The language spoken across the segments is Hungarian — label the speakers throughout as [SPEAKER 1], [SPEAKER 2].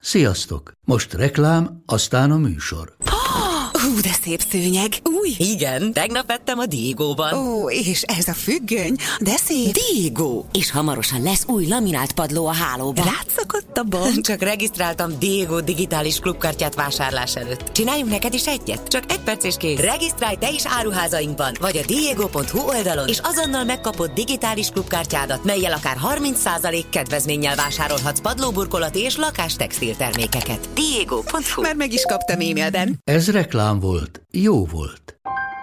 [SPEAKER 1] Sziasztok! Most reklám, aztán a műsor.
[SPEAKER 2] Hú, de szép szőnyeg. Új?
[SPEAKER 3] Igen, tegnap vettem a Diegóban.
[SPEAKER 2] Ó, és ez a függöny, de szép.
[SPEAKER 3] Diegó! És hamarosan lesz új laminált padló a hálóban.
[SPEAKER 2] Rátszakadt a bank.
[SPEAKER 3] Csak regisztráltam Diegó digitális klubkártyát vásárlás előtt. Csináljunk neked is egyet? Csak 1 perc és kész. Regisztrálj te is áruházainkban, vagy a diego.hu oldalon, és azonnal megkapod digitális klubkártyádat, mellyel akár 30% kedvezménnyel vásárolhatsz padlóburkolati és lakástextil termékeket. Diego.hu.
[SPEAKER 2] Már meg is kaptam e-mailben.
[SPEAKER 1] Ez reklám volt, jó volt.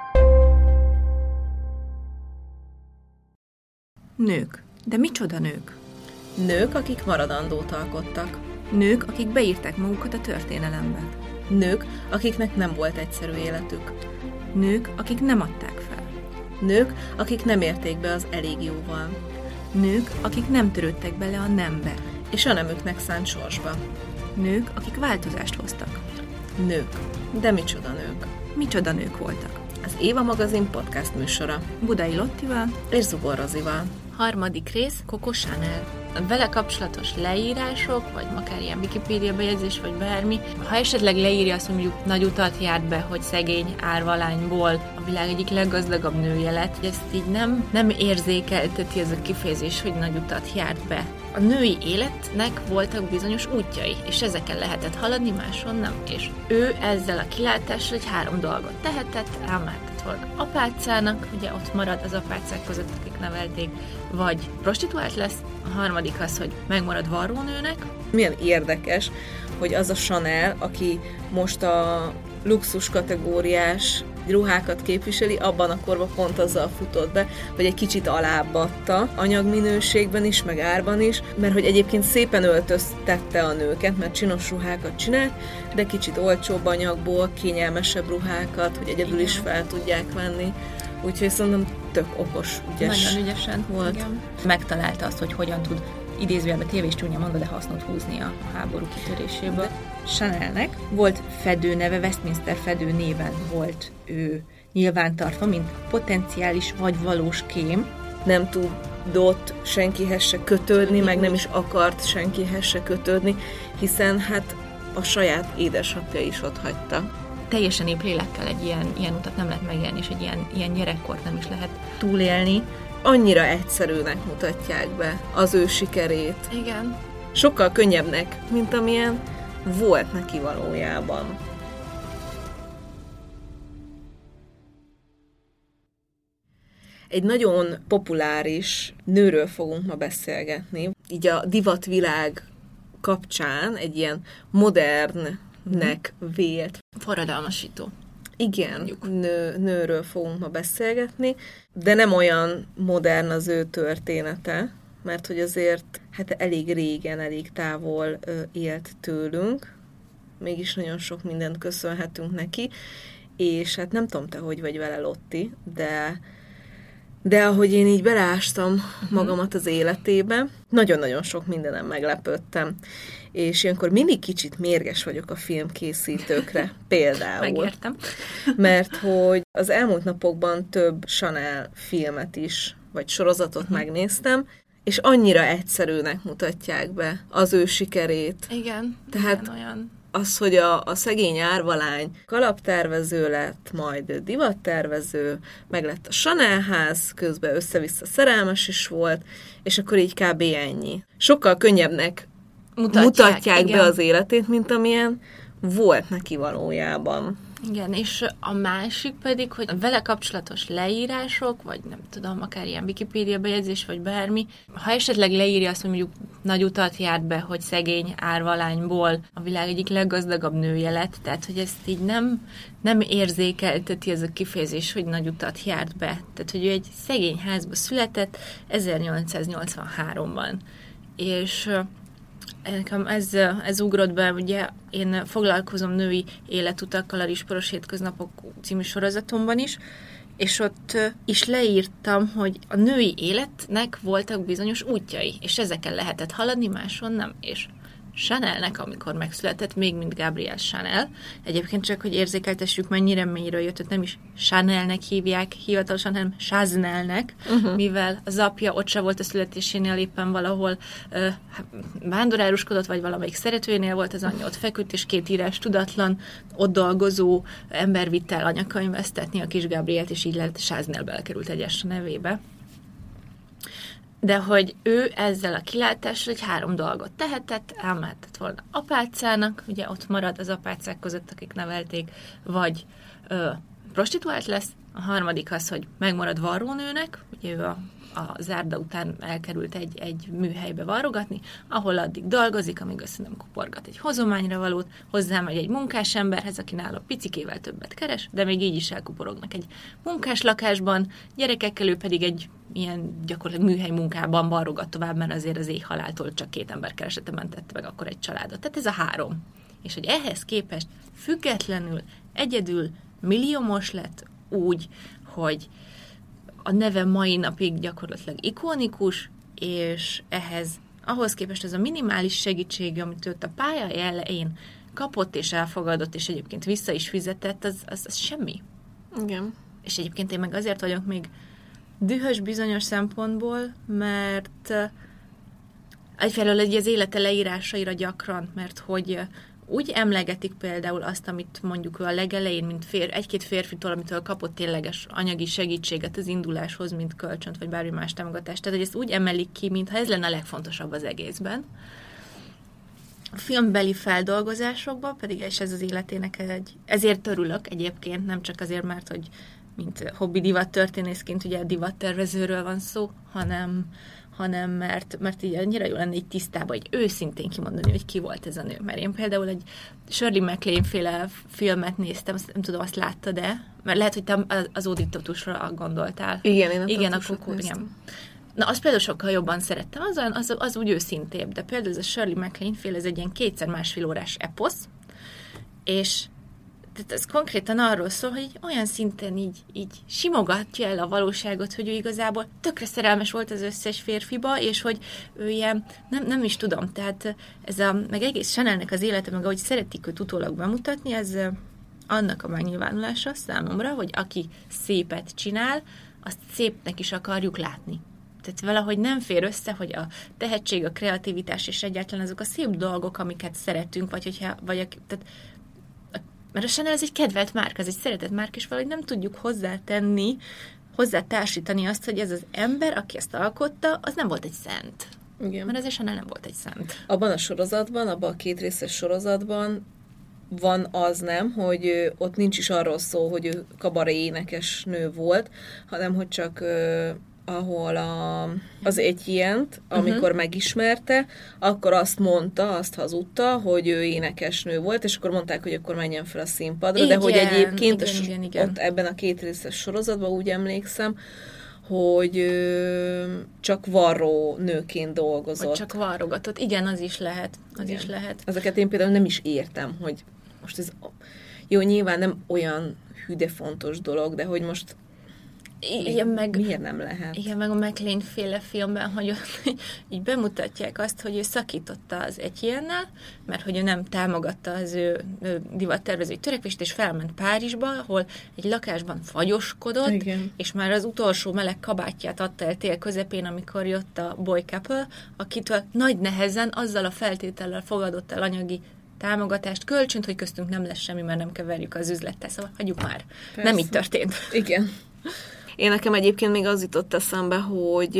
[SPEAKER 4] Nők. De micsoda nők?
[SPEAKER 5] Nők, akik maradandót alkottak.
[SPEAKER 4] Nők, akik beírták magukat a történelembe.
[SPEAKER 5] Nők, akiknek nem volt egyszerű életük.
[SPEAKER 4] Nők, akik nem adták fel.
[SPEAKER 5] Nők, akik nem érték be az elég jóval.
[SPEAKER 4] Nők, akik nem törődtek bele a nembe.
[SPEAKER 5] És a nemüknek szánt sorsba.
[SPEAKER 4] Nők, akik változást hoztak.
[SPEAKER 5] Nők. De micsoda nők.
[SPEAKER 4] Micsoda nők voltak.
[SPEAKER 5] Az Éva magazin podcast műsora.
[SPEAKER 4] Budai Lottival
[SPEAKER 5] és Zubor Rozival.
[SPEAKER 6] 3. rész, Coco Chanel. Vele kapcsolatos leírások, vagy akár ilyen Wikipédia bejegyzés, vagy bármi. Ha esetleg leírja azt, hogy mondjuk nagy utat járt be, hogy szegény árvalányból a világ egyik leggazdagabb nője lett, ezt így nem érzékelteti ez a kifejezés, hogy nagy utat járt be. A női életnek voltak bizonyos útjai, és ezeken lehetett haladni, máson nem. És ő ezzel a kilátással egy 3 dolgot tehetett, elmehetett volna apácának, ugye ott marad az apácák között, akik nevelték, vagy prostituált lesz. A harmadik az, hogy megmarad varrónőnek.
[SPEAKER 5] Milyen érdekes, hogy az a Chanel, aki most a luxus kategóriás ruhákat képviseli, abban a korban pont azzal futott be, hogy egy kicsit alább adta anyagminőségben is, meg árban is, mert hogy egyébként szépen öltöztette a nőket, mert csinos ruhákat csinált, de kicsit olcsóbb anyagból, kényelmesebb ruhákat, hogy egyedül is fel tudják venni. Úgyhogy szerintem tök okos, ügyes.
[SPEAKER 6] Nagyon ügyesen volt. Igen.
[SPEAKER 7] Megtalálta azt, hogy hogyan tud idézőjelben tévés csúnya mondva, de hasznot húzni a háború kitöréséből. Chanelnek volt fedőneve, Westminster fedő néven volt ő nyilvántartva, mint potenciális vagy valós kém.
[SPEAKER 5] Nem tudott senkihez se kötődni, meg nem is akart senkihez se kötődni, hiszen hát a saját édesapja is ott hagyta.
[SPEAKER 7] Teljesen épp lélekkel egy ilyen utat nem lehet megélni, és egy ilyen gyerekkort nem is lehet túlélni.
[SPEAKER 5] Annyira egyszerűnek mutatják be az ő sikerét.
[SPEAKER 6] Igen.
[SPEAKER 5] Sokkal könnyebbnek, mint amilyen volt neki valójában. Egy nagyon populáris nőről fogunk ma beszélgetni. Így a divatvilág kapcsán egy ilyen modernnek vélt.
[SPEAKER 6] Forradalmasító.
[SPEAKER 5] Igen, nőről fogunk ma beszélgetni, de nem olyan modern az ő története, mert hogy azért hát elég régen, elég távol élt tőlünk, mégis nagyon sok mindent köszönhetünk neki, és hát nem tudom te, hogy vagy vele, Lotti, de ahogy én így beleástam magamat az életébe, nagyon-nagyon sok mindenem meglepődtem. És ilyenkor mindig kicsit mérges vagyok a filmkészítőkre, például.
[SPEAKER 6] Megértem.
[SPEAKER 5] Mert hogy az elmúlt napokban több Chanel filmet is, vagy sorozatot megnéztem, és annyira egyszerűnek mutatják be az ő sikerét.
[SPEAKER 6] Igen.
[SPEAKER 5] Tehát
[SPEAKER 6] igen, olyan.
[SPEAKER 5] Az, hogy a szegény árvalány kalaptervező lett, majd divattervező, meg lett a Chanel ház, közben össze-vissza szerelmes is volt, és akkor így kb. Ennyi. Sokkal könnyebbnek mutatják be az életét, mint amilyen volt neki valójában.
[SPEAKER 6] Igen, és a másik pedig, hogy vele kapcsolatos leírások, vagy nem tudom, akár ilyen Wikipédia bejegyzés, vagy bármi. Ha esetleg leírja azt, hogy mondjuk nagy utat járt be, hogy szegény árvalányból a világ egyik leggazdagabb nője lett, tehát hogy ezt így nem érzékelteti ez a kifejezés, hogy nagy utat járt be. Tehát, hogy ő egy szegény házba született 1883-ban. És nekem ez ugrott be, ugye én foglalkozom női életutakkal a Risporos hétköznapok című sorozatomban is, és ott is leírtam, hogy a női életnek voltak bizonyos útjai, és ezeken lehetett haladni, máson nem. És Chanelnek, amikor megszületett, még mint Gabrielle Chanel. Egyébként csak, hogy érzékeltessük, mennyire mélyről jött, nem is Chanelnek hívják hivatalosan, hanem Chaznelnek, mivel az apja ott se volt a születésénél, éppen valahol vándoráruskodott, vagy valamelyik szeretőjénél volt, az anyja ott feküdt, és 2 írás tudatlan, ott dolgozó ember vitt el anyakönyvesztetni a kis Gabrielt, és így lett Chaznel, belekerült egyes nevébe. De hogy ő ezzel a kilátással 3 dolgot tehetett, elmehetett volna apácának, ugye ott marad az apácák között, akik nevelték, vagy prostituált lesz. A harmadik az, hogy megmarad varrónőnek, ugye ő a zárda után elkerült egy műhelybe varrogatni, ahol addig dolgozik, amíg össze nem kuporgat egy hozományra valót, hozzámegy egy munkás emberhez, aki nála picikével többet keres, de még így is elkuporognak egy munkás lakásban, gyerekekkel, ő pedig egy ilyen gyakorlatilag műhely munkában varrogat tovább, mert azért az éhhaláltól csak 2 ember keresete mentette meg akkor egy családot. Tehát ez a 3. És hogy ehhez képest függetlenül, egyedül milliómos lett úgy, hogy a neve mai napig gyakorlatilag ikonikus, és ahhoz képest ez a minimális segítség, amit őt a pályája elején kapott és elfogadott, és egyébként vissza is fizetett, az semmi.
[SPEAKER 5] Igen.
[SPEAKER 6] És egyébként én meg azért vagyok még dühös bizonyos szempontból, mert egyfelől az élete leírásaira gyakran, mert hogy úgy emlegetik például azt, amit mondjuk ő a legelején, mint 1-2 férfitől, amitől kapott tényleges anyagi segítséget az induláshoz, mint kölcsönt, vagy bármi más támogatást. Tehát, hogy ezt úgy emelik ki, mintha ez lenne a legfontosabb az egészben. A filmbeli feldolgozásokban pedig, és ez az életének ezért örülök egyébként, nem csak azért, mert hogy mint hobbi divattörténészként, ugye divattervezőről van szó, hanem mert így annyira jó lenne így tisztában, hogy őszintén kimondani, hogy ki volt ez a nő. Mert én például egy Shirley MacLaine-féle filmet néztem, nem tudom, azt láttad, de mert lehet, hogy te az Auditoriusra gondoltál.
[SPEAKER 5] Igen, én
[SPEAKER 6] igen, akkor igen. Na, azt például sokkal jobban szerettem, az úgy őszintébb, de például ez a Shirley MacLaine-féle, ez egy ilyen 2x1,5 órás eposz, és tehát ez konkrétan arról szól, hogy olyan szinten így simogatja el a valóságot, hogy ő igazából tökre szerelmes volt az összes férfiba, és hogy ő ilyen, nem is tudom, tehát meg egész Chanelnek az élete, meg ahogy szeretik őt utólag bemutatni, ez annak a megnyilvánulása számomra, hogy aki szépet csinál, azt szépnek is akarjuk látni. Tehát valahogy nem fér össze, hogy a tehetség, a kreativitás és egyáltalán azok a szép dolgok, amiket szeretünk, tehát mert a Chanel ez egy kedvelt márka, ez egy szeretett márka, és valahogy nem tudjuk hozzátársítani azt, hogy ez az ember, aki ezt alkotta, az nem volt egy szent.
[SPEAKER 5] Igen.
[SPEAKER 6] Mert ez a Chanel nem volt egy szent.
[SPEAKER 5] Abban a sorozatban, abban a 2 részes sorozatban van az nem, hogy ott nincs is arról szó, hogy ő kabaré énekes nő volt, hanem hogy csak ahol az Etienne-t, amikor megismerte, akkor azt hazudta, hogy ő énekesnő volt, és akkor mondták, hogy akkor menjen fel a színpadra, de hogy egyébként
[SPEAKER 6] igen.
[SPEAKER 5] ott ebben a 2 részes sorozatban úgy emlékszem, hogy csak varró nőként dolgozott.
[SPEAKER 6] Vagy csak varrogatott. Igen, az is lehet. Is lehet.
[SPEAKER 5] Ezeket én például nem is értem, hogy most ez jó, nyilván nem olyan hű de fontos dolog, de hogy most miért nem lehet?
[SPEAKER 6] Igen, meg a MacLaine-féle filmben, hogy így bemutatják azt, hogy ő szakította az Etienne-nel, mert hogy ő nem támogatta az ő divattervezői törekvést, és felment Párizsba, ahol egy lakásban fagyoskodott, igen. És már az utolsó meleg kabátját adta el tél közepén, amikor jött a boy couple, akitől nagy nehezen azzal a feltétellel fogadott el anyagi támogatást, kölcsönt, hogy köztünk nem lesz semmi, mert nem keverjük az üzlettel, szóval hagyjuk már. Persze. Nem így történt.
[SPEAKER 5] Igen. Én nekem egyébként még az jutott eszembe, hogy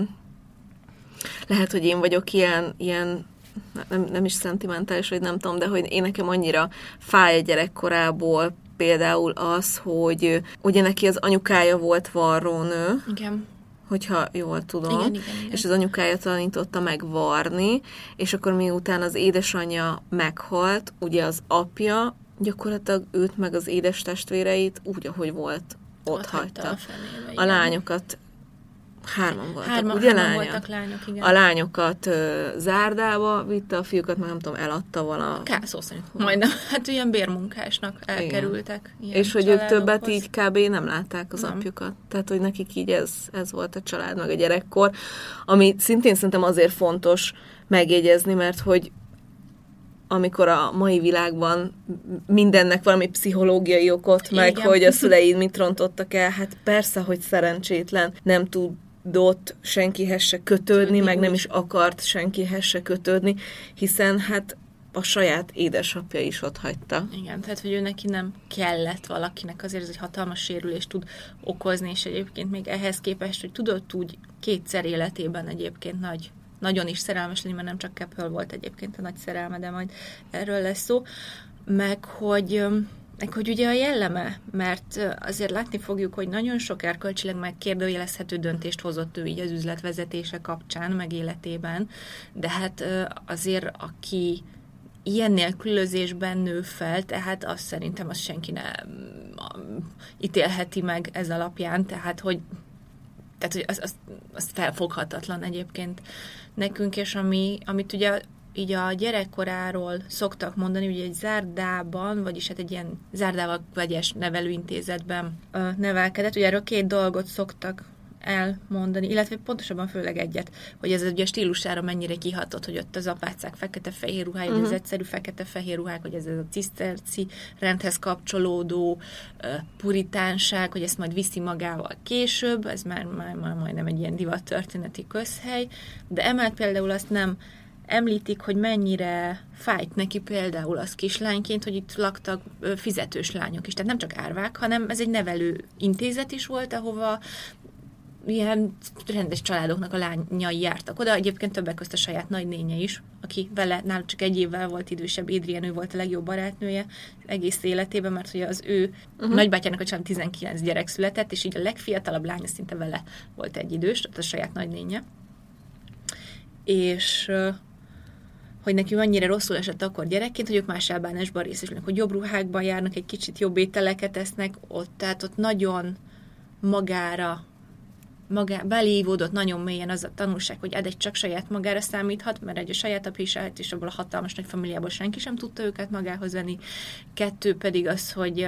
[SPEAKER 5] lehet, hogy én vagyok ilyen nem is szentimentális, vagy nem tudom, de hogy én nekem annyira fáj a gyerekkorából például az, hogy ugye neki az anyukája volt varrónő.
[SPEAKER 6] Igen.
[SPEAKER 5] Hogyha jól tudom.
[SPEAKER 6] Igen.
[SPEAKER 5] És az anyukája tanította meg varni, és akkor miután az édesanyja meghalt, ugye az apja gyakorlatilag őt meg az édestestvéreit úgy, ahogy volt, ott hagyta. A lányokat, 3 voltak, ugye lányok?
[SPEAKER 6] Voltak lányok, igen.
[SPEAKER 5] A lányokat zárdába vitte, a fiúkat meg nem tudom, eladta vala.
[SPEAKER 6] Szó szerint. Majdnem, hát ilyen bérmunkásnak elkerültek.
[SPEAKER 5] És hogy ők többet így kb. Nem látták az apjukat. Tehát, hogy nekik így ez volt a család, meg a gyerekkor, ami szintén szerintem azért fontos megjegyezni, mert hogy amikor a mai világban mindennek valami pszichológiai okot, meg
[SPEAKER 6] Igen.
[SPEAKER 5] hogy a szüleid mit rontottak el, hát persze, hogy szerencsétlen, nem tudott senkihez se kötődni, meg nem is akart senkihez se kötődni, hiszen hát a saját édesapja is ott hagyta.
[SPEAKER 6] Igen, tehát, hogy ő neki nem kellett valakinek, azért ez egy hatalmas sérülést tud okozni, és egyébként még ehhez képest, hogy tudott úgy kétszer életében egyébként nagyon is szerelmes lenni, mert nem csak Keppel volt egyébként a nagy szerelme, de majd erről lesz szó, meg hogy ugye a jelleme, mert azért látni fogjuk, hogy nagyon sok erkölcsileg megkérdőjelezhető döntést hozott ő így az üzletvezetése kapcsán, meg életében, de hát azért, aki ilyen nélkülözésben nő fel, tehát azt szerintem azt senki nem ítélheti meg ez alapján, tehát hogy az felfoghatatlan egyébként nekünk, és amit ugye így a gyerekkoráról szoktak mondani, ugye egy zárdában, vagyis hát egy ilyen zárdával vegyes nevelőintézetben nevelkedett. Ugye erről 2 dolgot szoktak elmondani, illetve pontosabban főleg egyet, hogy ez ugye a stílusára mennyire kihatott, hogy ott az apácák fekete-fehér ruhája, az egyszerű fekete-fehér ruhák, hogy ez a ciszterci rendhez kapcsolódó puritánság, hogy ezt majd viszi magával később, ez már majdnem egy ilyen divattörténeti közhely, de emellett például azt nem említik, hogy mennyire fájt neki például az kislányként, hogy itt laktak fizetős lányok is. Tehát nem csak árvák, hanem ez egy nevelő intézet is volt, ahova ilyen rendes családoknak a lányai jártak oda. Egyébként többek közt a saját nagynénye is, aki vele náluk csak 1 évvel volt idősebb, Adrienne, ő volt a legjobb barátnője egész életében, mert hogy az ő nagybátyának a család 19 gyerek született, és így a legfiatalabb lánya szinte vele volt egyidős, a saját nagynénye. És hogy neki annyira rosszul esett akkor gyerekként, hogy ők más elbánásban részesülnek, hogy jobb ruhákban járnak, egy kicsit jobb ételeket esznek ott, tehát ott nagyon belévódott nagyon mélyen az a tanulság, hogy egy csak saját magára számíthat, mert egy a saját apja is állt, és abból a hatalmas nagy familiából senki sem tudta őket magához venni. 2 pedig az, hogy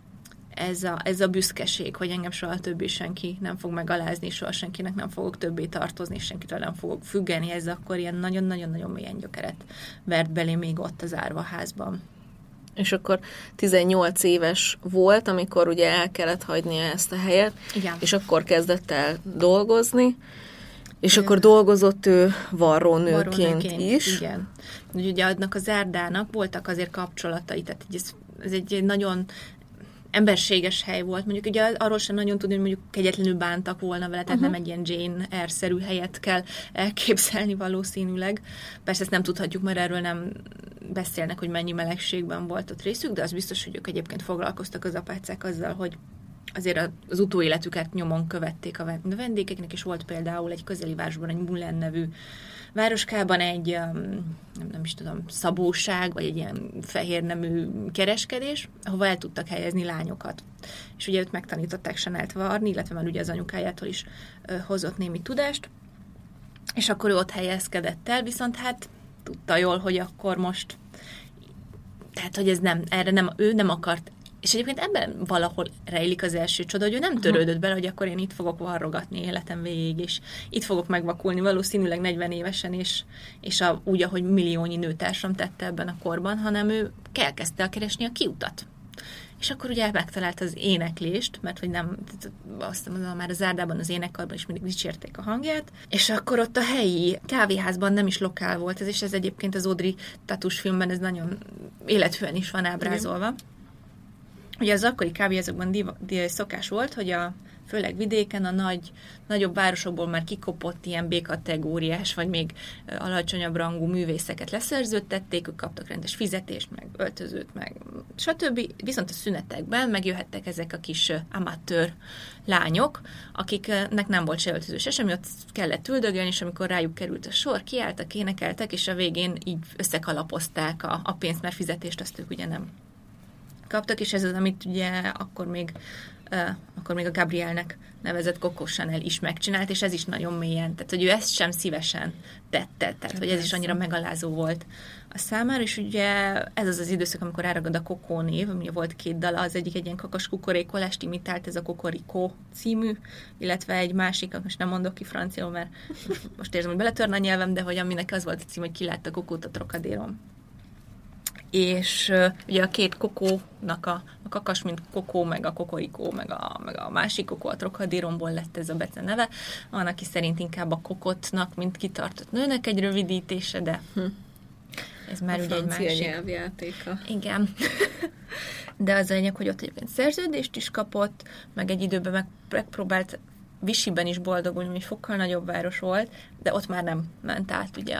[SPEAKER 6] ez a büszkeség, hogy engem soha többé senki nem fog megalázni, soha senkinek nem fogok többé tartozni, és senkitől nem fogok függeni, ez akkor ilyen nagyon-nagyon-nagyon mélyen gyökeret vert belé még ott az árvaházban.
[SPEAKER 5] És akkor 18 éves volt, amikor ugye el kellett hagynia ezt a helyet,
[SPEAKER 6] Igen.
[SPEAKER 5] és akkor kezdett el dolgozni, és akkor dolgozott ő varrónőként is.
[SPEAKER 6] Igen. Ugye adnak a zárdának voltak azért kapcsolatai, tehát ez egy nagyon emberséges hely volt. Mondjuk ugye arról sem nagyon tudni, hogy mondjuk kegyetlenül bántak volna vele, tehát nem egy ilyen Jane Eyre-szerű helyet kell elképzelni valószínűleg. Persze ezt nem tudhatjuk, mert erről nem beszélnek, hogy mennyi melegségben volt ott részük, de az biztos, hogy ők egyébként foglalkoztak az apácák azzal, hogy azért az utóéletüket nyomon követték a vendégeknek, és volt például egy közeli városban, egy Moulin nevű városkában egy, nem is tudom, szabóság, vagy egy ilyen fehérnemű kereskedés, ahova el tudtak helyezni lányokat. És ugye őt megtanították Chanel-t varni, illetve már ugye az anyukájától is hozott némi tudást, és akkor ő ott helyezkedett el, viszont hát tudta jól, hogy akkor most, tehát, hogy ez nem, ő nem akart. És egyébként ebben valahol rejlik az első csoda, hogy ő nem törődött bele, hogy akkor én itt fogok varrogatni életem végig, és itt fogok megvakulni valószínűleg 40 évesen, és úgy, ahogy milliónyi nőtársam tette ebben a korban, hanem ő elkezdte el keresni a kiutat. És akkor ugye megtalálta az éneklést, mert hogy nem, azt mondom, már a zárdában, az énekkarban is mindig dicsérték a hangját, és akkor ott a helyi kávéházban nem is lokál volt ez, és ez egyébként az Audrey Tautou filmben ez nagyon élethűen is van ábrázolva. Ugye az akkori kávéházakban szokás volt, hogy főleg vidéken a nagyobb városokból már kikopott ilyen B-kategóriás, vagy még alacsonyabb rangú művészeket leszerződtették, ők kaptak rendes fizetést, meg öltözőt, meg stb. Viszont a szünetekben megjöhettek ezek a kis amatőr lányok, akiknek nem volt se öltöző, se semmi, ott kellett üldögélni, és amikor rájuk került a sor, kiálltak, énekeltek, és a végén így összekalapozták a pénzt, mert fizetést azt ők ugye nem kaptak, és ez az, amit ugye akkor még a Gabrielnek nevezett Coco Chanel is megcsinált, és ez is nagyon mélyen, tehát hogy ő ezt sem szívesen tette, tehát hogy ez is annyira megalázó volt a számára, és ugye ez az időszak, amikor ráragad a Coco név, ami volt 2 dala, az egyik egy ilyen kakas kukorékolást imitált, ez a Cocorico című, illetve egy másik, most nem mondok ki franciául, mert most érzem, hogy beletörne a nyelvem, de hogy aminek az volt a cím, hogy kilátta Cocót a Trocadéron.
[SPEAKER 7] és ugye a két kokónak a kakas, mint kokó, meg a kokorikó, meg a másik kokó, a Trocadéronból lett ez a beceneve. Van, aki szerint inkább a kokotnak, mint kitartott nőnek egy rövidítése, de ez már ugye egy másik
[SPEAKER 5] nyelvjátéka.
[SPEAKER 7] Igen. De az a lényeg, hogy ott egyébként szerződést is kapott, meg egy időben megpróbált Vichyben is boldogulni, hogy fokkal nagyobb város volt, de ott már nem ment át ugye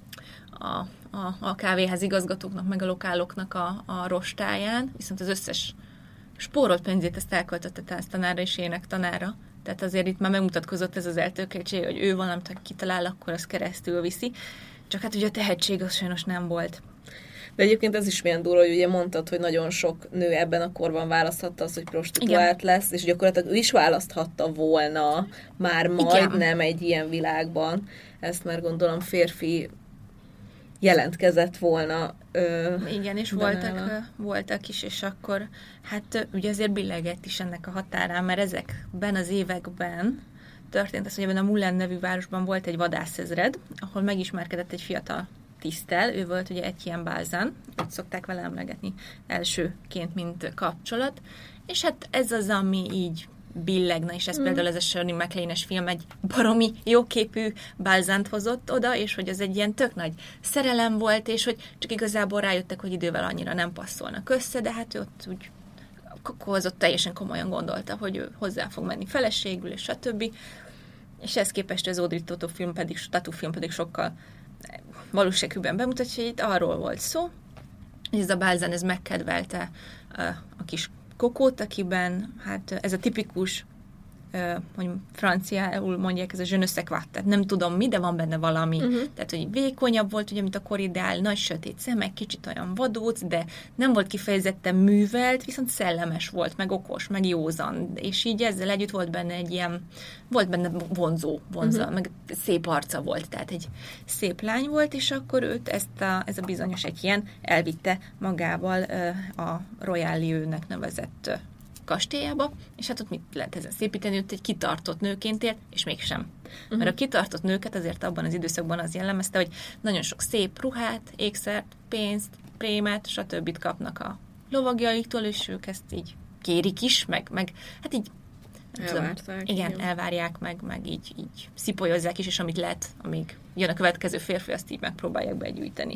[SPEAKER 7] a kávéház igazgatóknak, meg a lokáloknak a rostáján, viszont az összes spórolt pénzét ezt elköltötte tánctanára és énektanára. Tehát azért itt már megmutatkozott ez az eltökéltség, hogy ő valamit kitalál, akkor azt keresztül viszi. Csak hát ugye a tehetség az sajnos nem volt.
[SPEAKER 5] De egyébként ez is milyen durva, hogy ugye mondtad, hogy nagyon sok nő ebben a korban választhatta azt, hogy prostituált lesz, és gyakorlatilag ő is választhatta volna már majdnem egy ilyen világban. Ezt már gondolom férfi jelentkezett volna.
[SPEAKER 7] Igen, és voltak is, és akkor hát ugye azért billegett is ennek a határán, mert ezekben az években történt az, hogy ebben a Moulin nevű városban volt egy vadászezred, ahol megismerkedett egy fiatal tisztel, ő volt ugye Etienne Balzan, őt szokták vele emlegetni elsőként, mint kapcsolat, és hát ez az, ami így billegna, és ez például ez a Shirley MacLaine-es film egy baromi jóképű Balzant hozott oda, és hogy az egy ilyen tök nagy szerelem volt, és hogy csak igazából rájöttek, hogy idővel annyira nem passzolnak össze, de hát ő ott úgy kokózott, teljesen komolyan gondolta, hogy ő hozzá fog menni feleségül, és stb. És ehhez képest az Audrey Tautou film pedig sokkal valósághűbben bemutatja, hogy itt arról volt szó, hogy ez a Balzan, ez megkedvelte a kis kokót, akiben hát ez a tipikus, hogy franciául mondják, ez a je ne sais quoi, tehát nem tudom mi, de van benne valami. Tehát, hogy vékonyabb volt, ugye, mint a korideál, nagy sötét szemek, kicsit olyan vadóc, de nem volt kifejezetten művelt, viszont szellemes volt, meg okos, meg józan, és így ezzel együtt volt benne egy ilyen, volt benne vonzó, meg szép arca volt, tehát egy szép lány volt, és akkor őt ez a bizonyos egy ilyen elvitte magával a Royal Lieu-nek nevezett kastélyába, és hát ott mit lehet ezen szépíteni, ott egy kitartott nőként élt, és mégsem. Mert a kitartott nőket azért abban az időszakban az jellemezte, hogy nagyon sok szép ruhát, ékszert, pénzt, prémet, stb. Kapnak a lovagjaiktól, és ők ezt így kérik is, meg hát így elvárják, meg így szipolyozzák is, és amit lehet, amíg jön a következő férfi, azt így megpróbálják begyűjteni.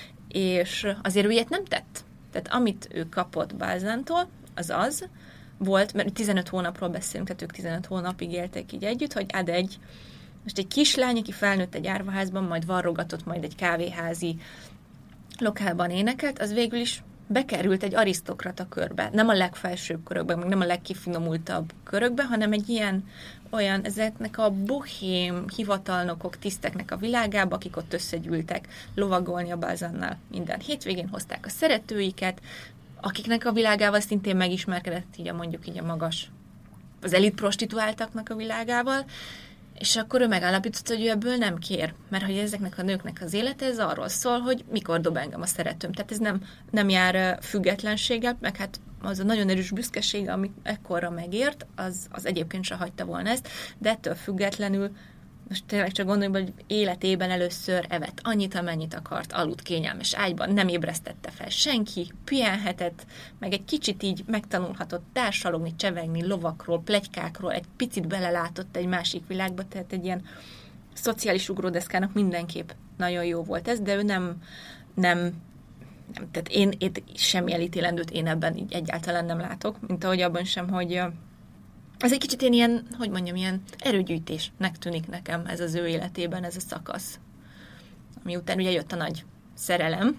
[SPEAKER 7] És azért ő ilyet nem tett. Tehát amit ő kapott Balzantól, az volt, mert 15 hónapról beszélünk, tehát ők 15 hónapig éltek így együtt, hogy most egy kislány, aki felnőtt egy árvaházban, majd varrogatott, majd egy kávéházi lokálban énekelt, az végül is bekerült egy arisztokrata körbe. Nem a legfelsőbb körökbe, meg nem a legkifinomultabb körökbe, hanem egy olyan ezeknek a bohém hivatalnokok, tiszteknek a világába, akik ott összegyűltek lovagolni a Balzannal minden hétvégén, hozták a szeretőiket, akiknek a világával szintén megismerkedett, így a magas, az elit prostituáltaknak a világával, és akkor ő megállapította, hogy ő ebből nem kér, mert hogy ezeknek a nőknek az élete, ez arról szól, hogy mikor dob engem a szeretőm. Tehát ez nem jár függetlenséggel, meg hát az a nagyon erős büszkeség, amit ekkorra megért, az egyébként se hagyta volna ezt, de ettől függetlenül most tényleg csak gondoljunk, hogy életében először evett annyit, amennyit akart, aludt kényelmes ágyban, nem ébresztette fel senki, pihenhetett, meg egy kicsit így megtanulhatott társalogni, csevegni lovakról, pletykákról, egy picit belelátott egy másik világba, tehát egy ilyen szociális ugródeszkának mindenképp nagyon jó volt ez, de ő nem tehát én semmi elítélendőt én ebben így egyáltalán nem látok, mint ahogy abban sem, hogy ez egy kicsit ilyen, ilyen erőgyűjtésnek tűnik nekem ez az ő életében, ez a szakasz. Ami után ugye jött a nagy szerelem,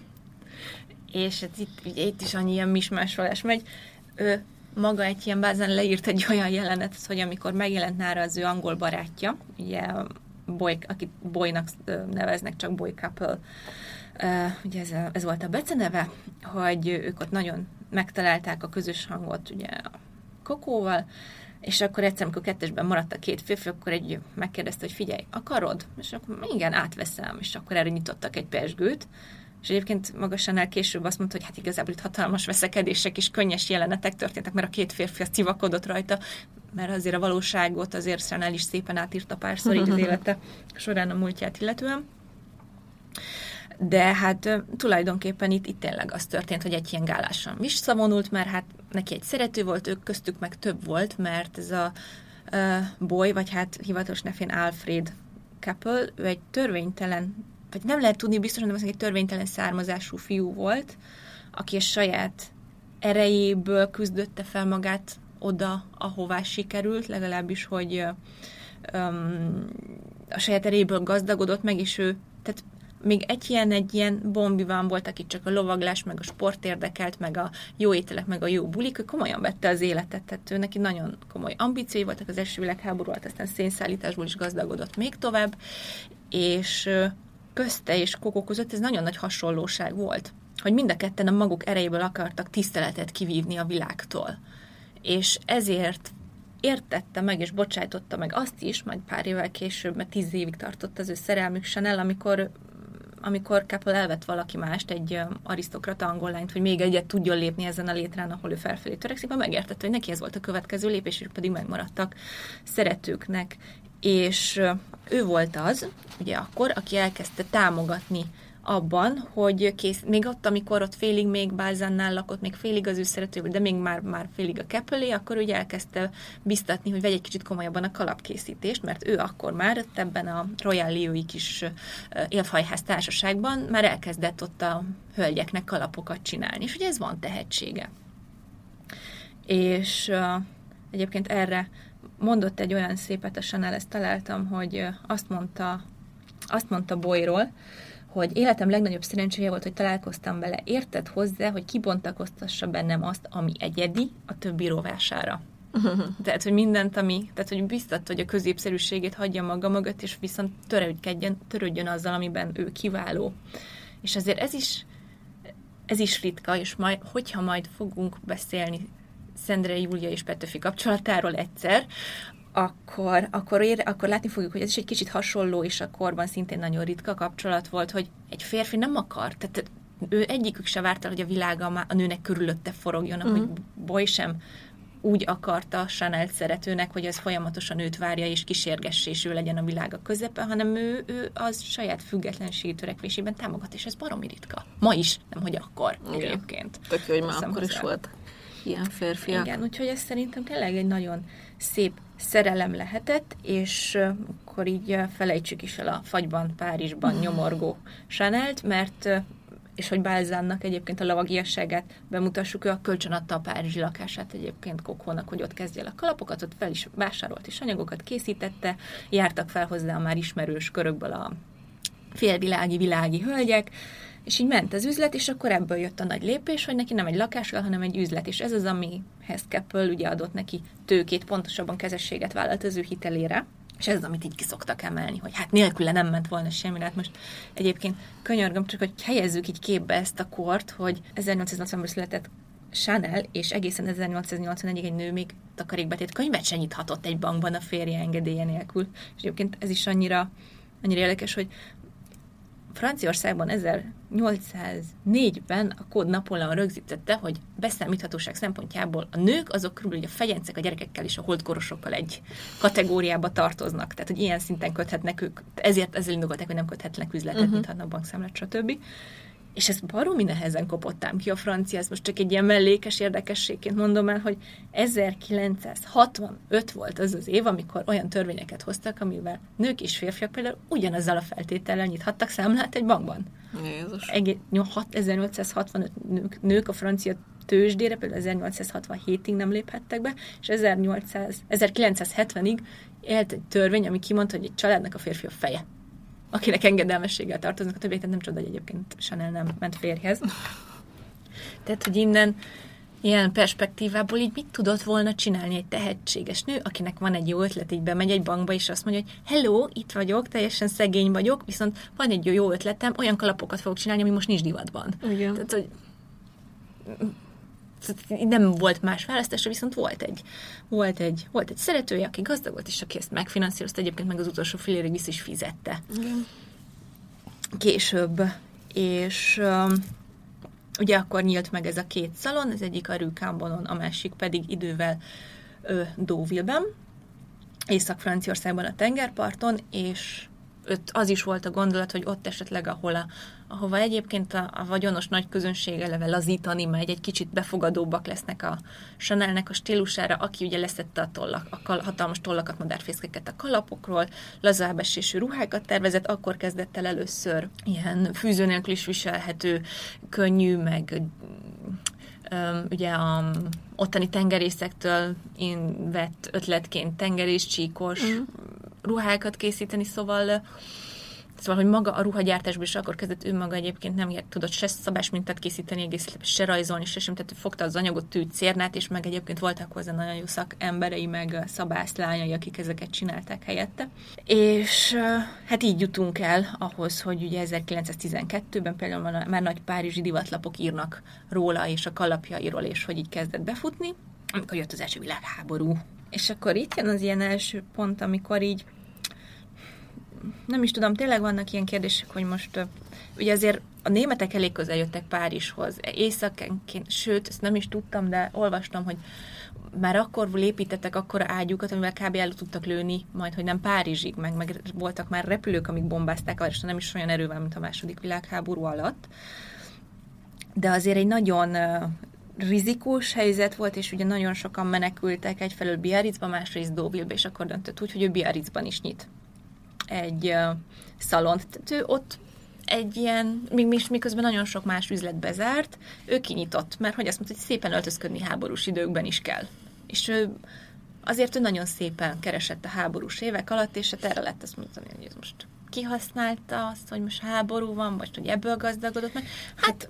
[SPEAKER 7] és itt is annyi ilyen mismásolás megy. Ő maga egy ilyen Balzan leírt egy olyan jelenet, hogy amikor megjelent nála az ő angol barátja, ugye akit Boynak neveznek, csak Boy Couple, ugye ez volt a beceneve, hogy ők ott nagyon megtalálták a közös hangot ugye a Kokóval, és akkor egyszer, amikor kettesben maradt a két férfi, akkor megkérdezte, hogy figyelj, akarod? És akkor igen, átveszem, és akkor erre nyitottak egy pezsgőt, és egyébként maga Chanel később azt mondta, hogy hát igazából itt hatalmas veszekedések és könnyes jelenetek történtek, mert a két férfi azt civakodott rajta, mert azért a valóságot azért Chanel is szépen átírta párszor így az élete során a múltját illetően. De hát tulajdonképpen itt tényleg az történt, hogy egy ilyen gálásan visszavonult, mert hát neki egy szerető volt, ők köztük meg több volt, mert ez a boy, vagy hát hivatalos nevén Alfred Kappel, ő egy törvénytelen, vagy nem lehet tudni biztosan, de egy törvénytelen származású fiú volt, aki a saját erejéből küzdötte fel magát oda, ahová sikerült, legalábbis, hogy a saját erejéből gazdagodott meg, és ő, tehát még egy ilyen bombiván volt, aki csak a lovaglás, meg a sport érdekelt, meg a jó ételek, meg a jó bulik, ő komolyan vette az életet, tehát ő neki nagyon komoly ambíciói voltak az első világháború alatt, aztán szénszállításból is gazdagodott még tovább, és közte és Coco között ez nagyon nagy hasonlóság volt, hogy mind a ketten a maguk erejéből akartak tiszteletet kivívni a világtól. És ezért értette meg és bocsájtotta meg azt is, majd pár évvel később, mert 10 évig tartott az ő szerelmük Chanel, amikor Kappel elvett valaki mást, egy arisztokrata angol lányt, hogy még egyet tudjon lépni ezen a létrán, ahol ő felfelé törekszik, megértette, hogy neki ez volt a következő lépés, és pedig megmaradtak szeretőknek. És ő volt az, ugye akkor, aki elkezdte támogatni abban, hogy még ott, amikor ott félig még Balzannál lakott, még félig az ő szerető, de még már félig a Kappelé, akkor ugye elkezdte biztatni, hogy vegye egy kicsit komolyabban a kalapkészítést, mert ő akkor már ebben a Royal Leo-i kis élfhajház társaságban már elkezdett ott a hölgyeknek kalapokat csinálni, és ugye ez van tehetsége. És egyébként erre mondott egy olyan szépet a Chanel, ezt találtam, hogy azt mondta Boyról, hogy életem legnagyobb szerencséje volt, hogy találkoztam vele. Érted hozzá, hogy kibontakoztassa bennem azt, ami egyedi, a többi rovására. Tehát, hogy mindent, tehát, hogy biztatta, hogy a középszerűségét hagyja maga mögött, és viszont törődjön azzal, amiben ő kiváló. És azért ez is ritka, és hogyha majd fogunk beszélni Szendre Júlia és Petőfi kapcsolatáról egyszer, akkor látni fogjuk, hogy ez is egy kicsit hasonló, és a korban szintén nagyon ritka kapcsolat volt, hogy egy férfi nem akar, tehát ő egyikük se várta, hogy a világa a nőnek körülötte forogjon, hogy Boy sem úgy akarta Chanel szeretőnek, hogy az folyamatosan őt várja és kísérgesse, és ő legyen a világa közepe, hanem ő az saját függetlenségi törekvésében támogat, és ez baromi ritka. Ma is, nem hogy akkor egyébként.
[SPEAKER 5] Tök jó, hogy már akkor is volt ilyen férfiak.
[SPEAKER 7] Igen, úgyhogy ez szerintem tényleg egy nagyon szép szerelem lehetett, és akkor így felejtsük is el a fagyban, Párizsban nyomorgó Chanelt, mert és hogy Balzannak egyébként a lovagiasságát bemutassuk, ő a kölcsön adta a párizsi lakását egyébként Cocónak, hogy ott kezdje el a kalapokat, ott fel is vásárolt és anyagokat készítette, jártak fel hozzá a már ismerős körökből a világi hölgyek, és így ment az üzlet, és akkor ebből jött a nagy lépés, hogy neki nem egy lakás, hanem egy üzlet, és ez az, amihez Kappel ugye adott neki tőkét, pontosabban kezességet vállalt az ő hitelére, és ez az, amit így ki szoktak emelni, hogy hát nélküle nem ment volna semmi, hát most egyébként könyörgöm, csak hogy helyezzük így képbe ezt a kort, hogy 1880-ban született Chanel, és egészen 1881-ig egy nő még takarékbetét könyvet se nyithatott egy bankban a férje engedélye nélkül. És egyébként ez is annyira érdekes, hogy Franciaországban 1804-ben a Kód Napóleon rögzítette, hogy beszámíthatóság szempontjából a nők azok körülbelül a fegyencek, a gyerekekkel és a holdkorosokkal egy kategóriába tartoznak. Tehát, hogy ilyen szinten köthetnek ők, ezzel indokolták, hogy nem köthetnek üzletet, nyithatnak bankszámlát, stb. És ez baromi nehezen kopott ám ki a francia, ez most csak egy ilyen mellékes érdekességként mondom el, hogy 1965 volt az az év, amikor olyan törvényeket hoztak, amivel nők és férfiak például ugyanazzal a feltétellel nyithattak számlát egy bankban.
[SPEAKER 5] Jézus.
[SPEAKER 7] 1865 nők a francia tőzsdére, például 1867-ig nem léphettek be, és 1970-ig élt egy törvény, ami kimondta, hogy egy családnak a férfi a feje, akinek engedelmességgel tartoznak a többiek, tehát nem csoda, hogy egyébként Chanel nem ment férjhez. Tehát, hogy innen ilyen perspektívából így mit tudott volna csinálni egy tehetséges nő, akinek van egy jó ötlet, így bemegy egy bankba, és azt mondja, hogy hello, itt vagyok, teljesen szegény vagyok, viszont van egy jó ötletem, olyan kalapokat fogok csinálni, ami most nincs divatban.
[SPEAKER 5] Igen.
[SPEAKER 7] Tehát, hogy nem volt más választása, viszont volt egy szeretője, aki gazdag volt, és aki ezt megfinanszírozta, egyébként meg az utolsó fillérig vissza is fizette.
[SPEAKER 5] Igen.
[SPEAKER 7] Később. És ugye akkor nyílt meg ez a két szalon, az egyik a Rue Cambonon, a másik pedig idővel Deauville-ben, Észak-Franciaországban a tengerparton, és az is volt a gondolat, hogy ott esetleg, ahol ahova egyébként a vagyonos nagy közönség eleve lazítani megy, egy kicsit befogadóbbak lesznek a Chanelnek a stílusára, aki ugye leszette a hatalmas tollakat, madárfészkeket a kalapokról, lazább esésű ruhákat tervezett, akkor kezdett el először ilyen fűző nélkül is viselhető, könnyű, meg ugye a ottani tengerészektől én vett ötletként tengerészcsíkos ruhákat készíteni, szóval, hogy maga a ruhagyártásban is akkor kezdett ő maga egyébként nem tudott se szabásmintát készíteni egész, se rajzolni, se tehát fogta az anyagot, tűt, cérnát, és meg egyébként voltak hozzá nagyon jó szakemberei, meg szabászlányai, akik ezeket csinálták helyette. És hát így jutunk el ahhoz, hogy ugye 1912-ben például már nagy párizsi divatlapok írnak róla, és a kalapjairól, és hogy így kezdett befutni, amikor jött az első világháború. És akkor itt jön az ilyen első pont, amikor így nem is tudom, tényleg vannak ilyen kérdések, hogy most ugye azért a németek elég közel jöttek Párizshoz, éjszakenként, sőt, ezt nem is tudtam, de olvastam, hogy már akkor építettek akkora ágyukat, amivel kb. El tudtak lőni, majd, hogy nem Párizsig, meg voltak már repülők, amik bombázták, és nem is olyan erővel, mint a második világháború alatt. De azért egy nagyon rizikós helyzet volt, és ugye nagyon sokan menekültek egyfelől Biarritzba, másrészt Deauville-be, és akkor döntött úgy, hogy ő Biarritzban is nyit egy szalont. Tehát ő ott egy ilyen, miközben nagyon sok más üzlet bezárt, ő kinyitott, mert hogy azt mondta, hogy szépen öltözködni háborús időkben is kell. És azért ő nagyon szépen keresett a háborús évek alatt, és hát erre lett azt mondani, hogy ez most kihasználta azt, hogy most háború van, vagy hogy ebből gazdagodott meg. Hát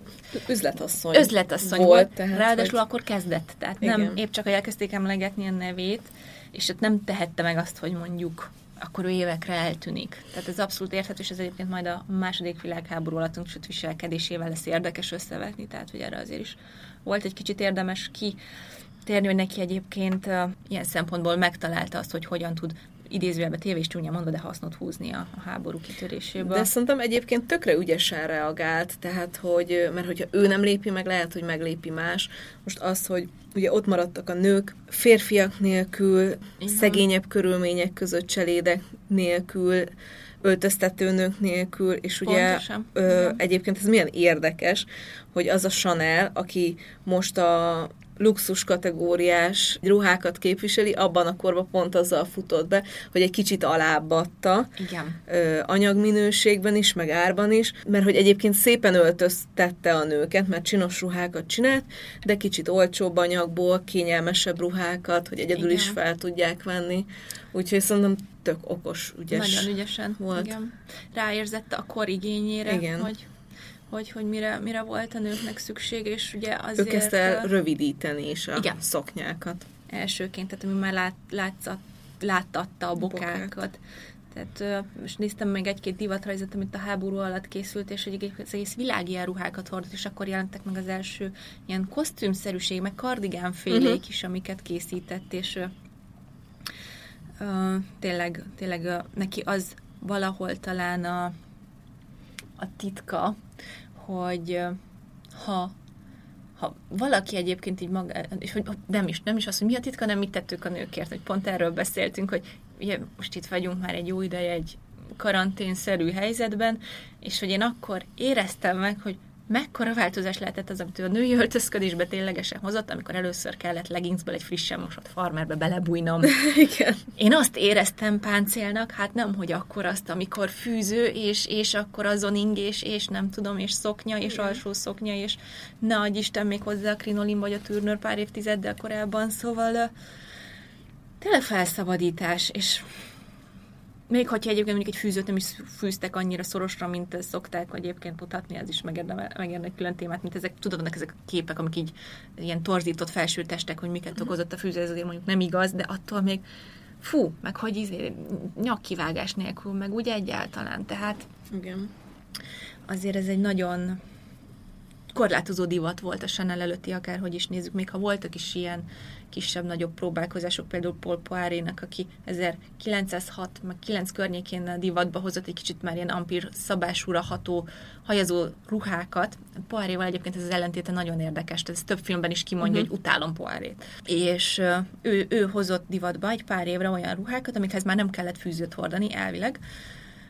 [SPEAKER 7] üzletasszony volt. Tehát, ráadásul akkor kezdett, tehát igen. Nem épp csak, hogy elkezdték emlegetni a nevét, és ott nem tehette meg azt, hogy mondjuk akkor ő évekre eltűnik. Tehát ez abszolút érthető, és ez egyébként majd a második világháború alatt viselkedésével lesz érdekes összevetni, tehát hogy erre azért is volt egy kicsit érdemes kitérni, hogy neki egyébként ilyen szempontból megtalálta azt, hogy hogyan tud idézőjelben tévés csúnya mondva, de hasznot húzni a háború kitöréséből.
[SPEAKER 5] De szerintem egyébként tökre ügyesen reagált, tehát hogy, mert hogyha ő nem lépi meg, lehet, hogy meglépi más. Most az, hogy ugye ott maradtak a nők, férfiak nélkül, szegényebb körülmények között, cselédek nélkül, öltöztetőnők nélkül, és ugye egyébként ez milyen érdekes, hogy az a Chanel, aki most a luxus kategóriás ruhákat képviseli, abban a korban pont azzal futott be, hogy egy kicsit alábbadta anyagminőségben is, meg árban is, mert hogy egyébként szépen öltöztette a nőket, mert csinos ruhákat csinált, de kicsit olcsóbb anyagból, kényelmesebb ruhákat, hogy egyedül is fel tudják venni. Úgyhogy szerintem tök okos, ügyes.
[SPEAKER 7] Nagyon ügyesen volt. Igen. Ráérzett a kor igényére,
[SPEAKER 5] igen.
[SPEAKER 7] hogy mire volt a nőknek szüksége, és ugye azért...
[SPEAKER 5] Ő kezdte el rövidíteni is a szoknyákat.
[SPEAKER 7] Elsőként, tehát ami már láttatta a bokákat. Tehát most néztem meg egy-két divatrajzot, amit a háború alatt készült, és hogy az egész világ ilyen ruhákat hordott, és akkor jelentek meg az első ilyen kosztümszerűség, meg kardigánfélék is, amiket készített, és tényleg neki az valahol talán a titka, hogy ha valaki egyébként így maga, és hogy nem is az, hogy mi a titka, nem mit tettük a nőkért, hogy pont erről beszéltünk, hogy ugye most itt vagyunk már egy jó ideje egy karanténszerű helyzetben, és hogy én akkor éreztem meg, hogy mekkora változás lehetett az, amit a női öltözködésbe ténylegesen hozott, amikor először kellett leggingsből egy frissen mosott farmerbe belebújnom.
[SPEAKER 5] Igen.
[SPEAKER 7] Én azt éreztem páncélnak, hát nem, hogy akkor azt, amikor fűző, és akkor azon ingés, és nem tudom, és szoknya, és alsó szoknya, és ne adj Isten még hozzá a krinolin vagy a tűrnőr pár évtizeddel korábban, szóval tényleg felszabadítás, és még hogyha egyébként mondjuk egy fűzőt nem is fűztek annyira szorosra, mint szokták egyébként mutatni, ez is megérne egy külön témát, mint ezek, tudod, ezek a képek, amik így ilyen torzított felsőtestek, hogy miket okozott a fűző, ez azért mondjuk nem igaz, de attól még meg hogy nyakkivágás nélkül, meg úgy egyáltalán, tehát
[SPEAKER 5] igen.
[SPEAKER 7] Azért ez egy nagyon korlátozó divat volt a Chanel előtti, akárhogy is nézzük, még ha voltak is ilyen kisebb-nagyobb próbálkozások, például Paul Poirénak, aki 1906 meg 9 környékén divatba hozott egy kicsit már ilyen ampír szabásúra ható hajazó ruhákat. Poiréval egyébként ez az ellentéte nagyon érdekes, tehát ez több filmben is kimondja, hogy utálom Poirét. És ő hozott divatba egy pár évre olyan ruhákat, amikhez már nem kellett fűzőt hordani, elvileg,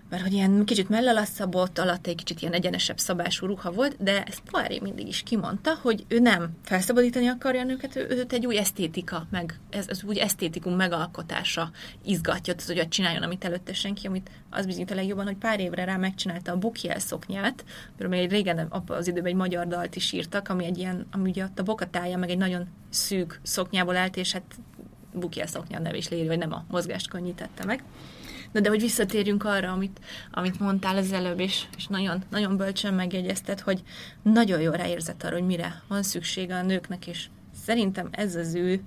[SPEAKER 7] mert hogy ilyen kicsit mellelasszabott, alatt egy kicsit ilyen egyenesebb szabású ruha volt, de ezt Poiré mindig is kimondta, hogy ő nem felszabadítani akarja a nőket, őt egy új esztétika, meg ez új esztétikum megalkotása izgatja, tehát, hogy csináljon, amit előtte senki, amit az bizonyít a legjobban, hogy pár évre rá megcsinálta a Bukiel szoknyát, mert még régen az időben egy magyar dalt is írtak, ami egy ilyen, ami ugye a bokatája, meg egy nagyon szűk szoknyából állt, és hát Bukiel szoknya neve is léri, hogy nem a mozgást könnyítette meg. Na de hogy visszatérjünk arra, amit mondtál az előbb, és nagyon, nagyon bölcsen megjegyezted, hogy nagyon jól ráérzett arra, hogy mire van szüksége a nőknek, és szerintem ez az ő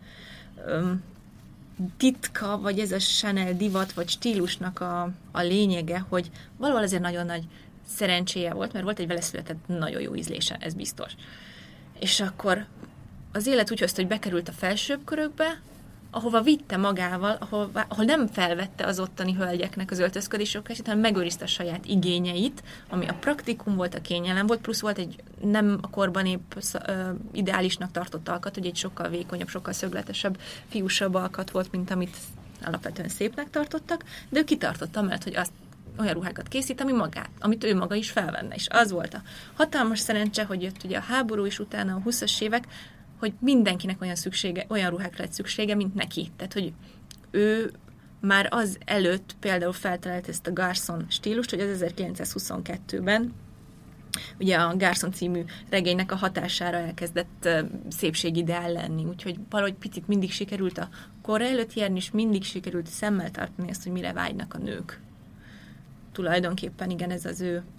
[SPEAKER 7] titka, vagy ez a Chanel divat, vagy stílusnak a lényege, hogy valahol azért nagyon nagy szerencséje volt, mert volt egy vele született nagyon jó ízlése, ez biztos. És akkor az élet úgy hozta, hogy bekerült a felsőbb körökbe, ahova vitte magával, ahol nem felvette az ottani hölgyeknek az öltözködéseket, hanem megőrizte a saját igényeit, ami a praktikum volt, a kényelem volt, plusz volt egy nem a korban épp ideálisnak tartott alkat, hogy egy sokkal vékonyabb, sokkal szögletesebb, fiúsabb alkat volt, mint amit alapvetően szépnek tartottak, de ő kitartotta, mert hogy azt olyan ruhákat készít, amit ő maga is felvenne. És az volt a hatalmas szerencse, hogy jött ugye a háború, és utána a 20-as évek, hogy mindenkinek olyan ruhákra lett szüksége, mint neki. Tehát, hogy ő már az előtt például feltalált ezt a Garçon stílust, hogy az 1922-ben ugye a Garçon című regénynek a hatására elkezdett szépségideál lenni. Úgyhogy valahogy picit mindig sikerült a korra előtt járni, és mindig sikerült szemmel tartani ezt, hogy mire vágynak a nők. Tulajdonképpen igen, ez az ő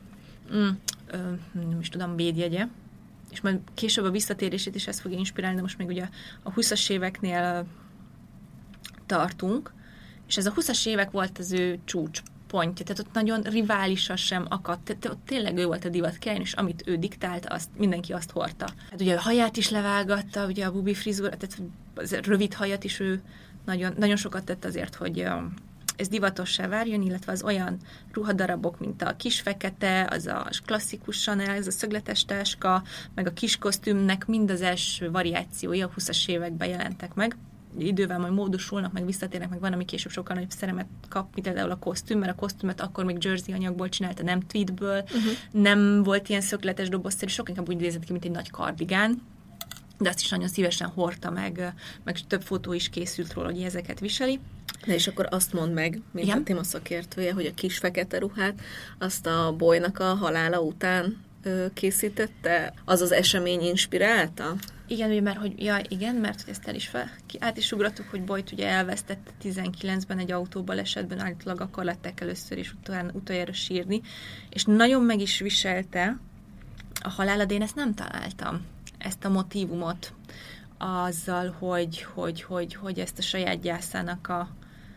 [SPEAKER 7] nem is tudom, védjegye. És majd később a visszatérését is ezt fogja inspirálni, de most még ugye a 20-as éveknél tartunk, és ez a 20-as évek volt az ő csúcspontja, tehát ott nagyon riválisa sem akadt, tehát ott tényleg ő volt a divatkirály, és amit ő diktált, mindenki azt hordta. Hát ugye a haját is levágatta, ugye a bubi frizúra, tehát az rövid hajat is ő nagyon, nagyon sokat tett azért, hogy ez divatossá várjon, illetve az olyan ruhadarabok, mint a kis fekete, az a klasszikus Chanel, ez a szögletes táska, meg a kis kosztümnek mind az első variációja a 20-as években jelentek meg. Idővel majd módosulnak, meg visszatérnek, meg van, ami később sokkal nagyobb szerepet kap, mint például a kosztüm, mert a kosztümet akkor még jersey anyagból csinálta, nem tweedből, nem volt ilyen szögletes dobozszerű, sokkal inkább úgy nézett ki, mint egy nagy kardigán, de azt is nagyon szívesen hordta meg több fotó is készült róla, hogy ezeket viseli.
[SPEAKER 5] De és akkor azt mondd meg, mint
[SPEAKER 7] igen?
[SPEAKER 5] A téma szakértője, hogy a kis fekete ruhát azt a Boynak a halála után készítette? Az az esemény inspirálta?
[SPEAKER 7] Igen, mert hogy mert hogy ezt át is ugrottuk, hogy Boyt ugye elvesztette 19-ben egy autóbalesetben, állítólag akkor lettek először, és utoljára sírni, és nagyon meg is viselte a halála, de én ezt nem találtam, ezt a motívumot azzal, hogy ezt a saját gyászának a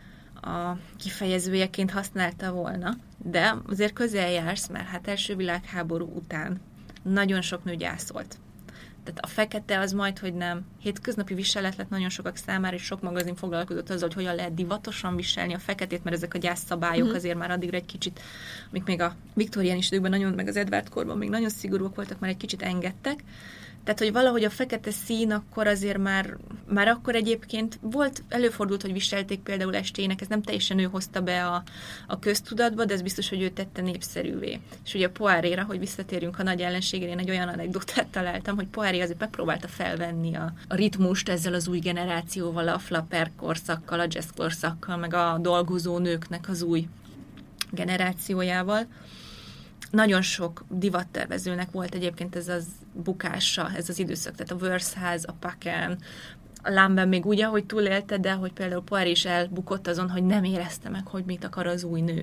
[SPEAKER 7] kifejezőjeként használta volna, de azért közel jársz, mert hát első világháború után nagyon sok nő gyászolt. Tehát a fekete az majdhogy nem hétköznapi viselet lett nagyon sokak számára, és sok magazin foglalkozott azzal, hogy hogyan lehet divatosan viselni a feketét, mert ezek a gyászszabályok azért már addigra egy kicsit, amik még a viktoriánus időkben nagyon, meg az Edward korban még nagyon szigorúak voltak, már egy kicsit engedtek. Tehát, hogy valahogy a fekete szín akkor azért már akkor egyébként előfordult, hogy viselték például estének, ez nem teljesen ő hozta be a köztudatba, de ez biztos, hogy ő tette népszerűvé. És ugye a Poiréra, hogy visszatérjünk a nagy ellenségére, én egy olyan anekdotát találtam, hogy Poiré azért megpróbálta felvenni a ritmust ezzel az új generációval, a flapper korszakkal, a jazz korszakkal, meg a dolgozó nőknek az új generációjával. Nagyon sok divattervezőnek volt egyébként ez az bukása, ez az időszak, tehát a Worth-ház, a Paquin, a Lambert még úgy, ahogy túlélte, de hogy például Poiré is elbukott azon, hogy nem érezte meg, hogy mit akar az új nő.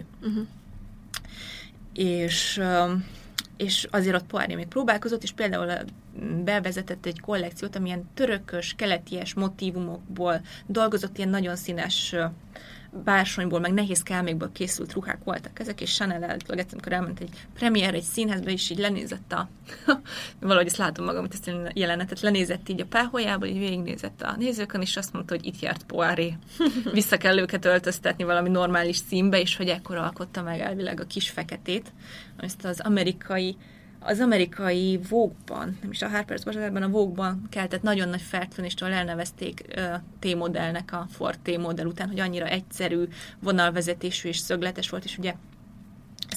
[SPEAKER 7] És azért ott Poiré még próbálkozott, és például bevezetett egy kollekciót, amilyen törökös, keleties motívumokból dolgozott, ilyen nagyon színes bársonyból, meg nehéz kelmékből készült ruhák voltak ezek, és Chanel állítólag egyszer, amikor elment egy premierre, egy színházba, és így lenézett valahogy ezt látom magam, hogy ezt a jelenetet lenézett így a páholyából, így végignézett a nézőkön, és azt mondta, hogy itt járt Poiré. Vissza kell őket öltöztetni valami normális színbe, és hogy ekkor alkotta meg elvileg a kis feketét, ezt az amerikai Vogue-ban, nem is a Harper's Bazaarban, a Vogue-ban keltett nagyon nagy feltűnéstől elnevezték T-modellnek a Ford T-modell után, hogy annyira egyszerű, vonalvezetésű és szögletes volt, és ugye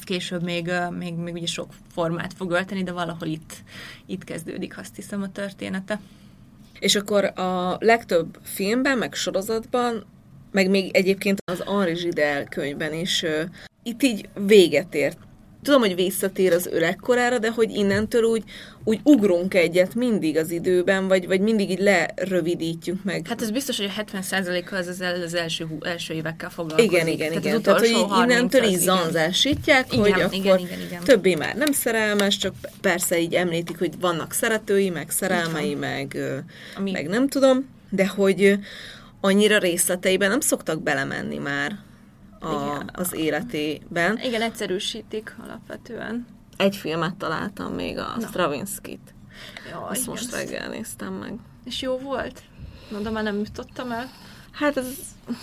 [SPEAKER 7] később még ugye sok formát fog ölteni, de valahol itt kezdődik, azt hiszem, a története.
[SPEAKER 5] És akkor a legtöbb filmben, meg sorozatban, meg még egyébként az Henri Gidel könyvben is itt így véget ért. Tudom, hogy visszatér az öregkorára, de hogy innentől úgy ugrunk egyet mindig az időben, vagy mindig így lerövidítjük meg.
[SPEAKER 7] Hát ez biztos, hogy a 70%-a az első évekkel foglalkozik.
[SPEAKER 5] Igen. Tehát, hogy innentől így zanzásítják, hogy akkor
[SPEAKER 7] igen.
[SPEAKER 5] többé már nem szerelmes, csak persze így említik, hogy vannak szeretői, meg szerelmei, meg nem tudom, de hogy annyira részleteiben nem szoktak belemenni már az életében.
[SPEAKER 7] Igen, egyszerűsítik alapvetően.
[SPEAKER 5] Egy filmet találtam még, a Stravinskit. Azt
[SPEAKER 7] igen.
[SPEAKER 5] most reggel néztem meg.
[SPEAKER 7] És jó volt? Mondom, már nem jutottam el.
[SPEAKER 5] Hát ez...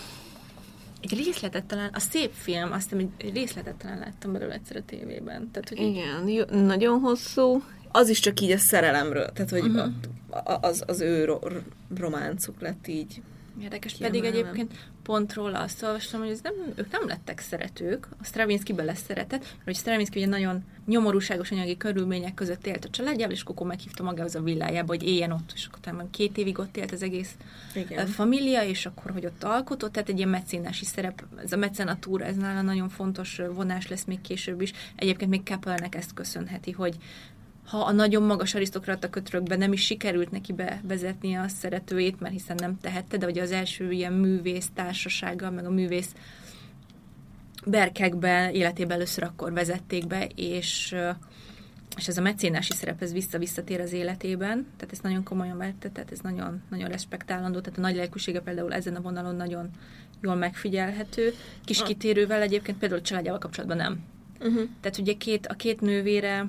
[SPEAKER 7] Egy részletet talán, a szép film, azt hiszem, egy részletet talán láttam belőle egyszer a tévében. Tehát, hogy
[SPEAKER 5] igen, nagyon hosszú. Az is csak így a szerelemről, tehát hogy az ő románcuk lett így.
[SPEAKER 7] Érdekes, pedig egyébként pont róla azt olvastam, hogy ők nem lettek szeretők, a Stravinsky beleszeretett, mert hogy Stravinsky ugye nagyon nyomorúságos anyagi körülmények között élt a családjával, és akkor meghívta magához a villájába, hogy éljen ott, és akkor talán 2 évig ott élt az egész família, és akkor, hogy ott alkotott, tehát egy ilyen mecénási szerep, ez a mecenatúra, ez nála nagyon fontos vonás lesz még később is. Egyébként még Keppelnek ezt köszönheti, hogy ha a nagyon magas arisztokrata kötrökben nem is sikerült neki bevezetnie a szeretőjét, mert hiszen nem tehette, de ugye az első ilyen művész társasággal, meg a művész berkekben életében először akkor vezették be, és ez a mecénási szerep, ez visszatér az életében, tehát ezt nagyon komolyan vette, tehát ez nagyon, nagyon respektálandó, tehát a nagy lelkűsége például ezen a vonalon nagyon jól megfigyelhető. Kis kitérővel egyébként például a családjával kapcsolatban nem. Tehát ugye a két nővére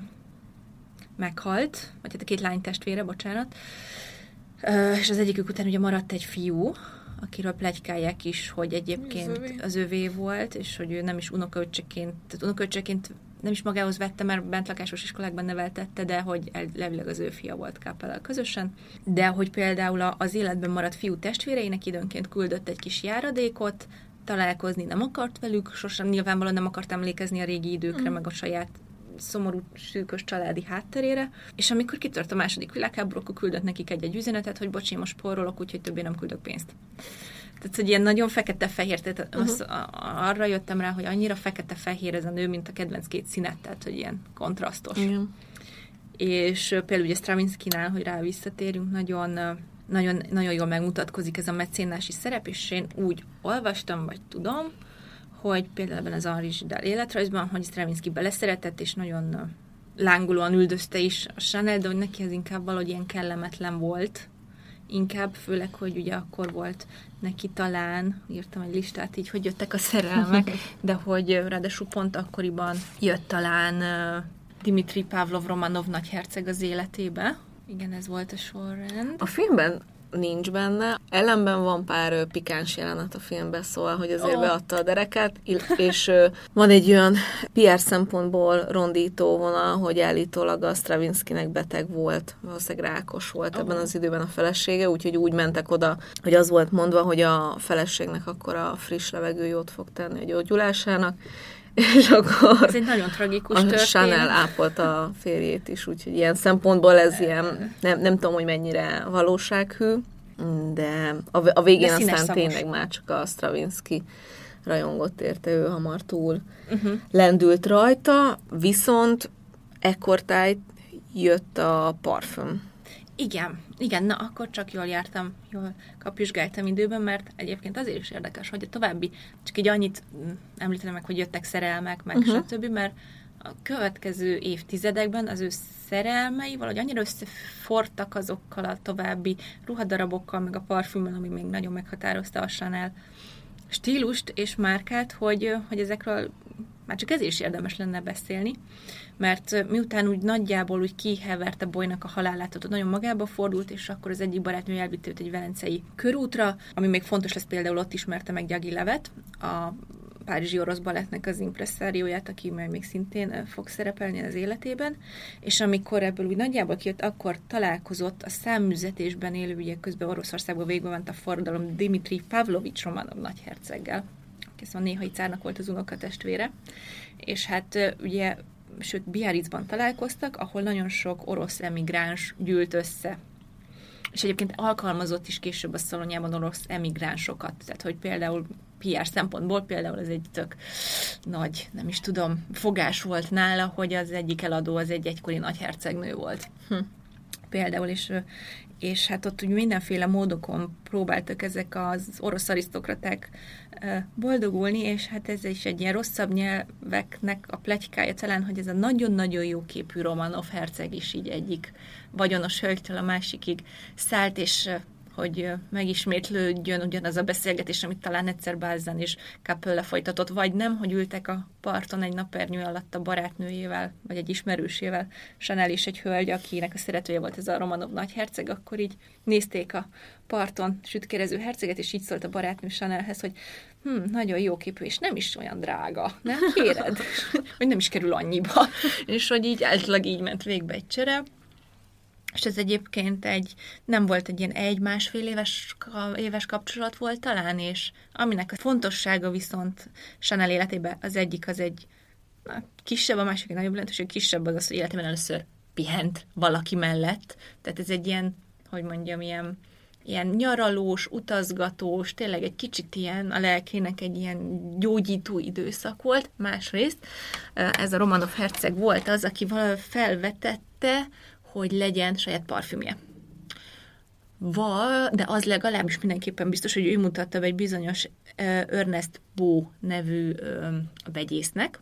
[SPEAKER 7] meghalt, vagy hát a 2 lánytestvére, bocsánat, és az egyikük után ugye maradt egy fiú, akiről pletykálják is, hogy egyébként az övé volt, és hogy ő nem is unokaöccseként nem is magához vette, mert bentlakásos iskolákban neveltette, de hogy elvileg az ő fia volt Keppellel közösen. De hogy például az életben maradt fiú testvéreinek időnként küldött egy kis járadékot, találkozni nem akart velük, sosem nyilvánvalóan nem akart emlékezni a régi időkre, meg a saját szomorú, szűkös családi hátterére, és amikor kitört a második világháború, akkor küldött nekik egy üzenetet, hogy bocs, én most spórolok, úgyhogy többé nem küldök pénzt. Tehát, hogy ilyen nagyon fekete-fehér, tehát arra jöttem rá, hogy annyira fekete-fehér ez a nő, mint a kedvenc 2 színet, tehát, hogy ilyen kontrasztos. Igen. És például ugye Stravinskynál, hogy rá visszatérünk, nagyon jól megmutatkozik ez a mecénási szerep, és én úgy olvastam, vagy tudom, hogy például ebben az Henri Gidel életrajzban, hogy Stravinsky beleszeretett, és nagyon lángolóan üldözte is a Chanel, de hogy neki ez inkább valahogy ilyen kellemetlen volt. Inkább, főleg, hogy ugye akkor volt neki talán, írtam egy listát így, hogy jöttek a szerelmek, de hogy ráadásul pont akkoriban jött talán Dimitri Pavlov Romanov nagyherceg az életébe. Igen, ez volt a sorrend.
[SPEAKER 5] A filmben nincs benne. Ellenben van pár pikáns jelenet a filmben, szóval, hogy azért beadta a dereket, és van egy olyan PR szempontból rondító vonal, hogy állítólag a Stravinskynek beteg volt, valószínűleg rákos volt ebben az időben a felesége, úgyhogy úgy mentek oda, hogy az volt mondva, hogy a feleségnek akkor a friss levegő jót fog tenni a gyógyulásának, és akkor
[SPEAKER 7] ez egy nagyon tragikus történet.
[SPEAKER 5] Chanel ápolta a férjét is, úgyhogy ilyen szempontból ez ilyen, nem tudom, hogy mennyire valósághű, de a végén aztán tényleg már csak a Stravinsky rajongott érte, ő hamar túl lendült rajta, viszont ekkortájt jött a parfüm.
[SPEAKER 7] Igen, na akkor csak jól jártam, jól kapizsgáltam időben, mert egyébként azért is érdekes, hogy a további, csak így annyit említenem meg, hogy jöttek szerelmek, meg stb., mert a következő évtizedekben az ő szerelmei valahogy annyira összefortak azokkal a további ruhadarabokkal, meg a parfümmel, ami még nagyon meghatározta a Chanel stílust és márkát, hogy ezekről már csak ezért is érdemes lenne beszélni, mert miután úgy nagyjából úgy kiheverte Boynak a halálát, ott nagyon magába fordult, és akkor az egyik barátnő elvitte őt egy velencei körútra, ami még fontos lesz, például ott ismerte meg Diaghillevet, a párizsi orosz balettnek az impresszárióját, aki majd még szintén fog szerepelni az életében, és amikor ebből úgy nagyjából kijött, akkor találkozott a száműzetésben élő, ugye közben Oroszországban végbement a forradalom, Dimitri Pavlovich Romanov nagyherceggel, a néhai cárnak volt az unokatestvére, és hát ugye, sőt, Biarritzban találkoztak, ahol nagyon sok orosz emigráns gyűlt össze. És egyébként alkalmazott is később a szalonjában orosz emigránsokat, tehát hogy például PR szempontból például ez egy tök nagy, nem is tudom, fogás volt nála, hogy az egyik eladó az egy egykori nagyhercegnő volt. Például, és hát ott úgy mindenféle módokon próbáltak ezek az orosz arisztokraták boldogulni, és hát ez is egy ilyen rosszabb nyelveknek a pletykája talán, hogy ez a nagyon-nagyon jó képű Romanov herceg is így egyik vagyonos hölgytől a másikig szállt, és hogy megismétlődjön ugyanaz a beszélgetés, amit talán egyszer Balzan és Capella folytatott, vagy nem, hogy ültek a parton egy napernyő alatt a barátnőjével, vagy egy ismerősével, Chanel és egy hölgy, akinek a szeretője volt ez a Romanov nagyherceg, akkor így nézték a parton sütkérező herceget, és így szólt a barátnő Chanelhez, hogy nagyon jó képű, és nem is olyan drága, nem kéred? Hogy nem is kerül annyiba. És hogy így általában így ment végbe egy csere. És ez egyébként nem volt egy ilyen 1-1,5 éves kapcsolat volt talán, és aminek a fontossága viszont Chanel életében az egy kisebb, a másik egy nagyobb lehetőség, kisebb az, hogy életében először pihent valaki mellett. Tehát ez egy ilyen, hogy mondjam, ilyen nyaralós, utazgatós, tényleg egy kicsit ilyen a lelkének egy ilyen gyógyító időszak volt. Másrészt ez a Romanov herceg volt az, aki valahogy felvetette, hogy legyen saját parfümje. De az legalábbis mindenképpen biztos, hogy ő mutatta be egy bizonyos Ernest Beau nevű vegyésznek,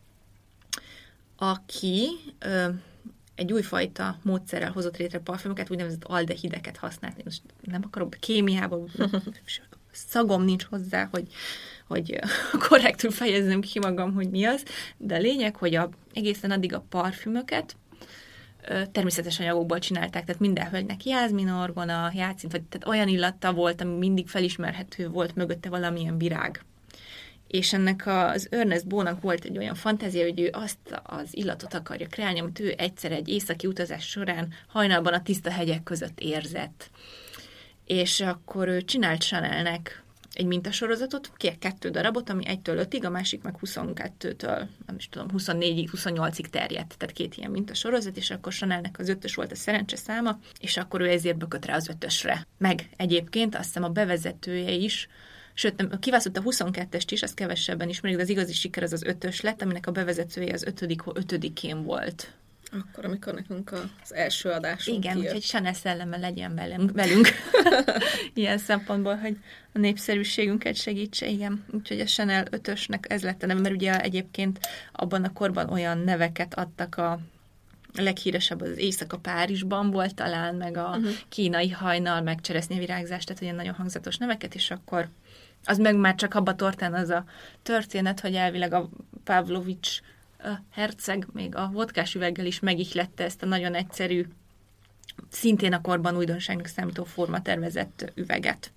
[SPEAKER 7] aki egy újfajta módszerrel hozott létre parfümöket, úgynevezett aldehideket használt. Most nem akarok kémiába, szagom nincs hozzá, hogy korrektül fejezzem ki magam, hogy mi az, de a lényeg, hogy egészen addig a parfümöket természetes anyagokból csinálták, tehát minden hölgynek jázmin, orgona, játszint, tehát olyan illata volt, ami mindig felismerhető volt, mögötte valamilyen virág. És ennek az Ernest Beau-nak volt egy olyan fantázia, hogy ő azt az illatot akarja kreálni, amit ő egyszer egy északi utazás során hajnalban a tiszta hegyek között érzett. És akkor ő csinált Chanelnek egy mintasorozatot, 2 darabot, ami 1-től 5-ig, a másik meg 22-től, nem is tudom, 24-ig, 28-ig terjedt, tehát 2 ilyen mintasorozat, és akkor Chanelnek az 5-ös volt a szerencse száma, és akkor ő ezért bökött rá az 5-ösre. Meg egyébként azt hiszem a bevezetője is, sőt, kiválasztott a 22-est is, azt kevesebben ismerik, de az igazi siker az 5-ös lett, aminek a bevezetője az 5-én volt.
[SPEAKER 5] Akkor, amikor nekünk az első adásunk
[SPEAKER 7] igen,
[SPEAKER 5] kijött.
[SPEAKER 7] úgyhogy Chanel szelleme legyen velünk. Ilyen szempontból, hogy a népszerűségünket segítse, igen. Úgyhogy a Chanel 5-ösnek ez lett a neve, mert ugye egyébként abban a korban olyan neveket adtak a leghíresebb az Éjszaka Párizsban volt talán, meg a kínai hajnal, meg cseresznyevirágzás, tehát olyan nagyon hangzatos neveket, és akkor az meg már csak abba tortán az a történet, hogy elvileg a Pavlovics herceg még a vodkás üveggel is megihlette ezt a nagyon egyszerű, szintén a korban újdonságnak számító forma tervezett üveget.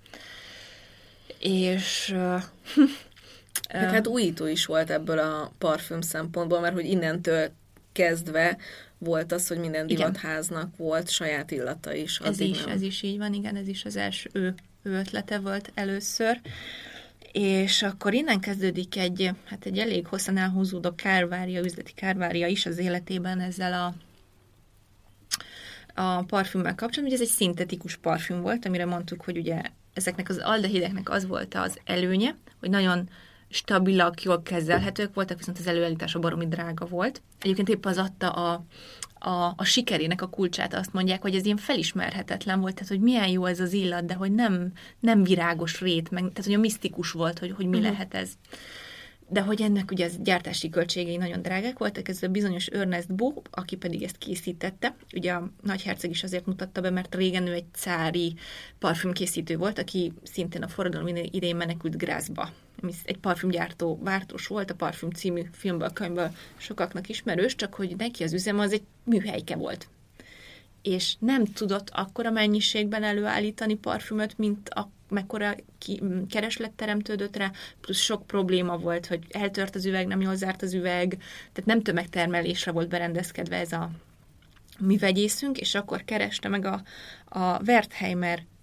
[SPEAKER 7] És
[SPEAKER 5] hát újító is volt ebből a parfüm szempontból, mert hogy innentől kezdve volt az, hogy minden divatháznak volt saját illata is.
[SPEAKER 7] Ez is így van, igen, ez is az első ő ötlete volt először. És akkor innen kezdődik egy elég hosszan elhúzódó üzleti kárvária is az életében ezzel a parfümmel kapcsolatban. Ugye ez egy szintetikus parfüm volt, amire mondtuk, hogy ugye ezeknek az aldehideknek az volt az előnye, hogy nagyon stabilak, jól kezelhetők voltak, viszont az előállítása baromi drága volt. Egyébként épp az adta a sikerének a kulcsát, azt mondják, hogy ez ilyen felismerhetetlen volt, tehát hogy milyen jó ez az illat, de hogy nem virágos rét, tehát hogy a misztikus volt, hogy mi lehet ez. De hogy ennek ugye az gyártási költségei nagyon drágák voltak, ez a bizonyos Ernest Beau, aki pedig ezt készítette. Ugye a nagyherceg is azért mutatta be, mert régen ő egy cári parfümkészítő volt, aki szintén a forradalom idején menekült Grazba. Egy parfümgyártó vártos volt, a Parfüm című filmből, könyvből sokaknak ismerős, csak hogy neki az üzem az egy műhelyke volt. És nem tudott akkora mennyiségben előállítani parfümöt, mint mekkora kereslet teremtődött rá, plusz sok probléma volt, hogy eltört az üveg, nem jól zárt az üveg, tehát nem tömegtermelésre volt berendezkedve ez a mi vegyészünk, és akkor kereste meg a Wertheimer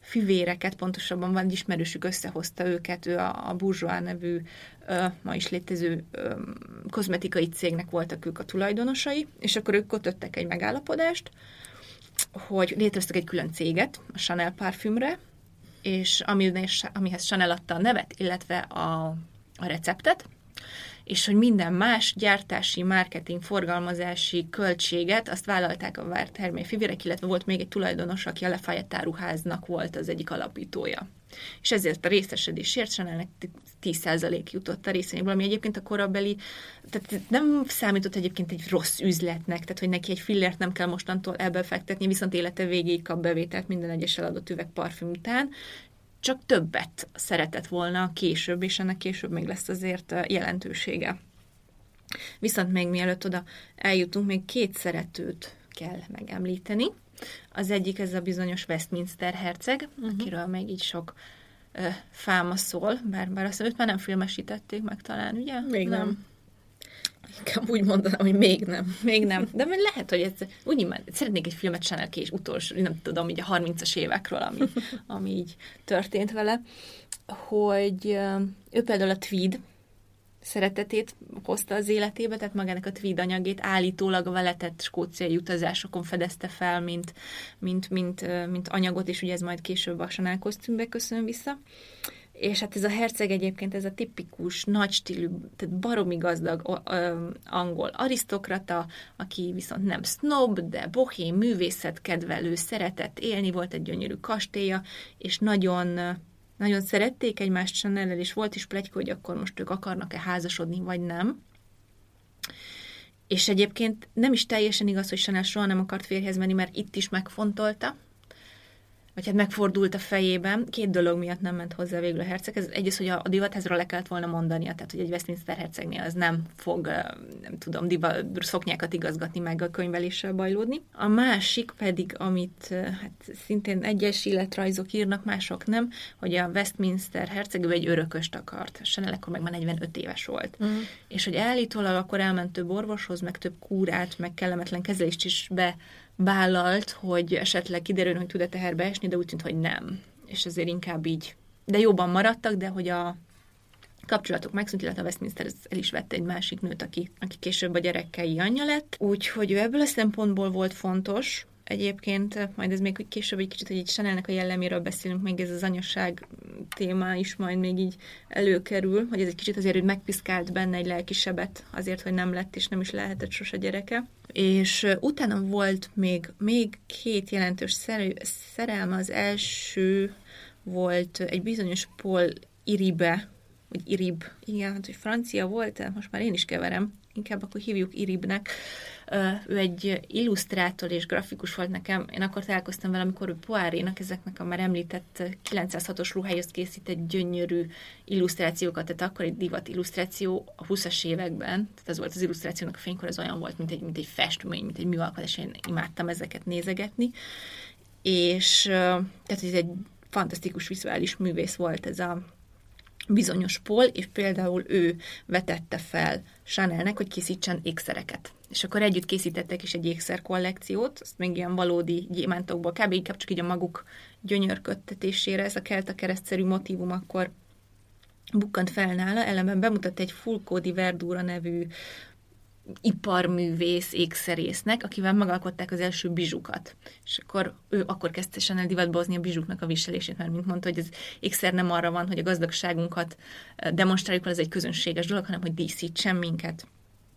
[SPEAKER 7] fivéreket, pontosabban van egy ismerősük, összehozta őket, ő a Bourjois nevű, ma is létező kozmetikai cégnek voltak ők a tulajdonosai, és akkor ők kötöttek egy megállapodást, hogy létrehoztak egy külön céget a Chanel parfümre, és amihez Chanel adta a nevet, illetve a receptet, és hogy minden más gyártási, marketing, forgalmazási költséget azt vállalták a terményfivérek, illetve volt még egy tulajdonos, aki a Lafayette áruháznak volt az egyik alapítója. És ezért a részesedésért Chanelnek 10% jutott a részvényekből, ami egyébként a korabeli, tehát nem számított egyébként egy rossz üzletnek, tehát hogy neki egy fillért nem kell mostantól ebbe fektetni, viszont élete végéig kap bevételt minden egyes eladott üveg parfüm után, csak többet szeretett volna később, és ennek később még lesz azért jelentősége. Viszont még mielőtt oda eljutunk, még 2 szeretőt kell megemlíteni. Az egyik ez a bizonyos Westminster herceg, akiről még így sok fáma szól, bár azt hiszem, őt már nem filmesítették meg talán, ugye?
[SPEAKER 5] Még nem. Inkább úgy mondanám, hogy még nem.
[SPEAKER 7] Még nem. De lehet, hogy ez, úgy szeretnék egy filmet Chanel és utolsó, nem tudom, így a 30-as évekről, ami így történt vele, hogy ő például a tweed szeretetét hozta az életébe, tehát magának a tweed anyagét állítólag a vele tett skóciai utazásokon fedezte fel, mint anyagot, és ugye ez majd később a Chanel kosztümbe köszön vissza. És hát ez a herceg egyébként, ez a tipikus, nagy stílű, tehát baromi gazdag angol arisztokrata, aki viszont nem sznob, de bohém, művészetkedvelő, szeretett élni, volt egy gyönyörű kastélya, és nagyon, nagyon szerették egymást Chanel-el, és volt is pletyka, hogy akkor most ők akarnak-e házasodni, vagy nem. És egyébként nem is teljesen igaz, hogy Chanel soha nem akart férjhez menni, mert itt is megfontolta, vagy hát megfordult a fejében. 2 dolog miatt nem ment hozzá végül a herceg. Ez egyrészt, hogy a divatházról le kellett volna mondania, tehát hogy egy Westminster hercegnél az nem fog, nem tudom, szoknyákat igazgatni, meg a könyveléssel bajlódni. A másik pedig, amit hát szintén egyes életrajzok írnak, mások nem, hogy a Westminster herceg ő egy örököst akart. Chanel akkor meg már 45 éves volt. És hogy állítólag akkor elment több orvoshoz, meg több kúrát, meg kellemetlen kezelést is vállalt, hogy esetleg kiderül, hogy tud-e teherbe esni, de úgy tűnt, hogy nem. És ezért inkább így. De jóban maradtak, de hogy a kapcsolatok megszűnt, illetve a Westminster el is vette egy másik nőt, aki később a gyerekei anyja lett. Úgyhogy ő ebből a szempontból volt fontos. Egyébként majd ez még később egy kicsit, hogy egy Chanelnek a jelleméről beszélünk, még ez az anyaság téma is majd még így előkerül, hogy ez egy kicsit azért, hogy megpiszkált benne egy lelkisebet azért, hogy nem lett és nem is lehetett sose gyereke. És utána volt még 2 jelentős szerelme. Az első volt egy bizonyos Paul Iribe, vagy Irib, igen, hát, hogy francia volt, most már én is keverem, inkább akkor hívjuk Iribnek. Ő egy illusztrátor és grafikus volt nekem. Én akkor találkoztam vele, amikor ő Poirénak, ezeknek a már említett 906-os ruhájához készített gyönyörű illusztrációkat, tehát akkor egy divat illusztráció a 20-as években, tehát ez volt az illusztrációnak a fénykor, az olyan volt, mint egy festmény, mint egy műalkotás, én imádtam ezeket nézegetni. És tehát ez egy fantasztikus vizuális művész volt ez a bizonyos Paul, és például ő vetette fel Chanelnek, hogy készítsen ékszereket. És akkor együtt készítettek is egy ékszer-kollekciót, azt még ilyen valódi gyémántokból, kb. Inkább csak így a maguk gyönyörködtetésére, ez a kelta keresztszerű motívum akkor bukkant fel nála, ellenben bemutatta egy Fulco di Verdura nevű iparművész ékszerésznek, akivel megalkották az első bizsukat. És akkor ő akkor kezdte Chanel divatba hozni a bizsuknak a viselését, mert mint mondta, hogy az ékszer nem arra van, hogy a gazdagságunkat demonstráljuk, ez egy közönséges dolog, hanem hogy díszítsen minket.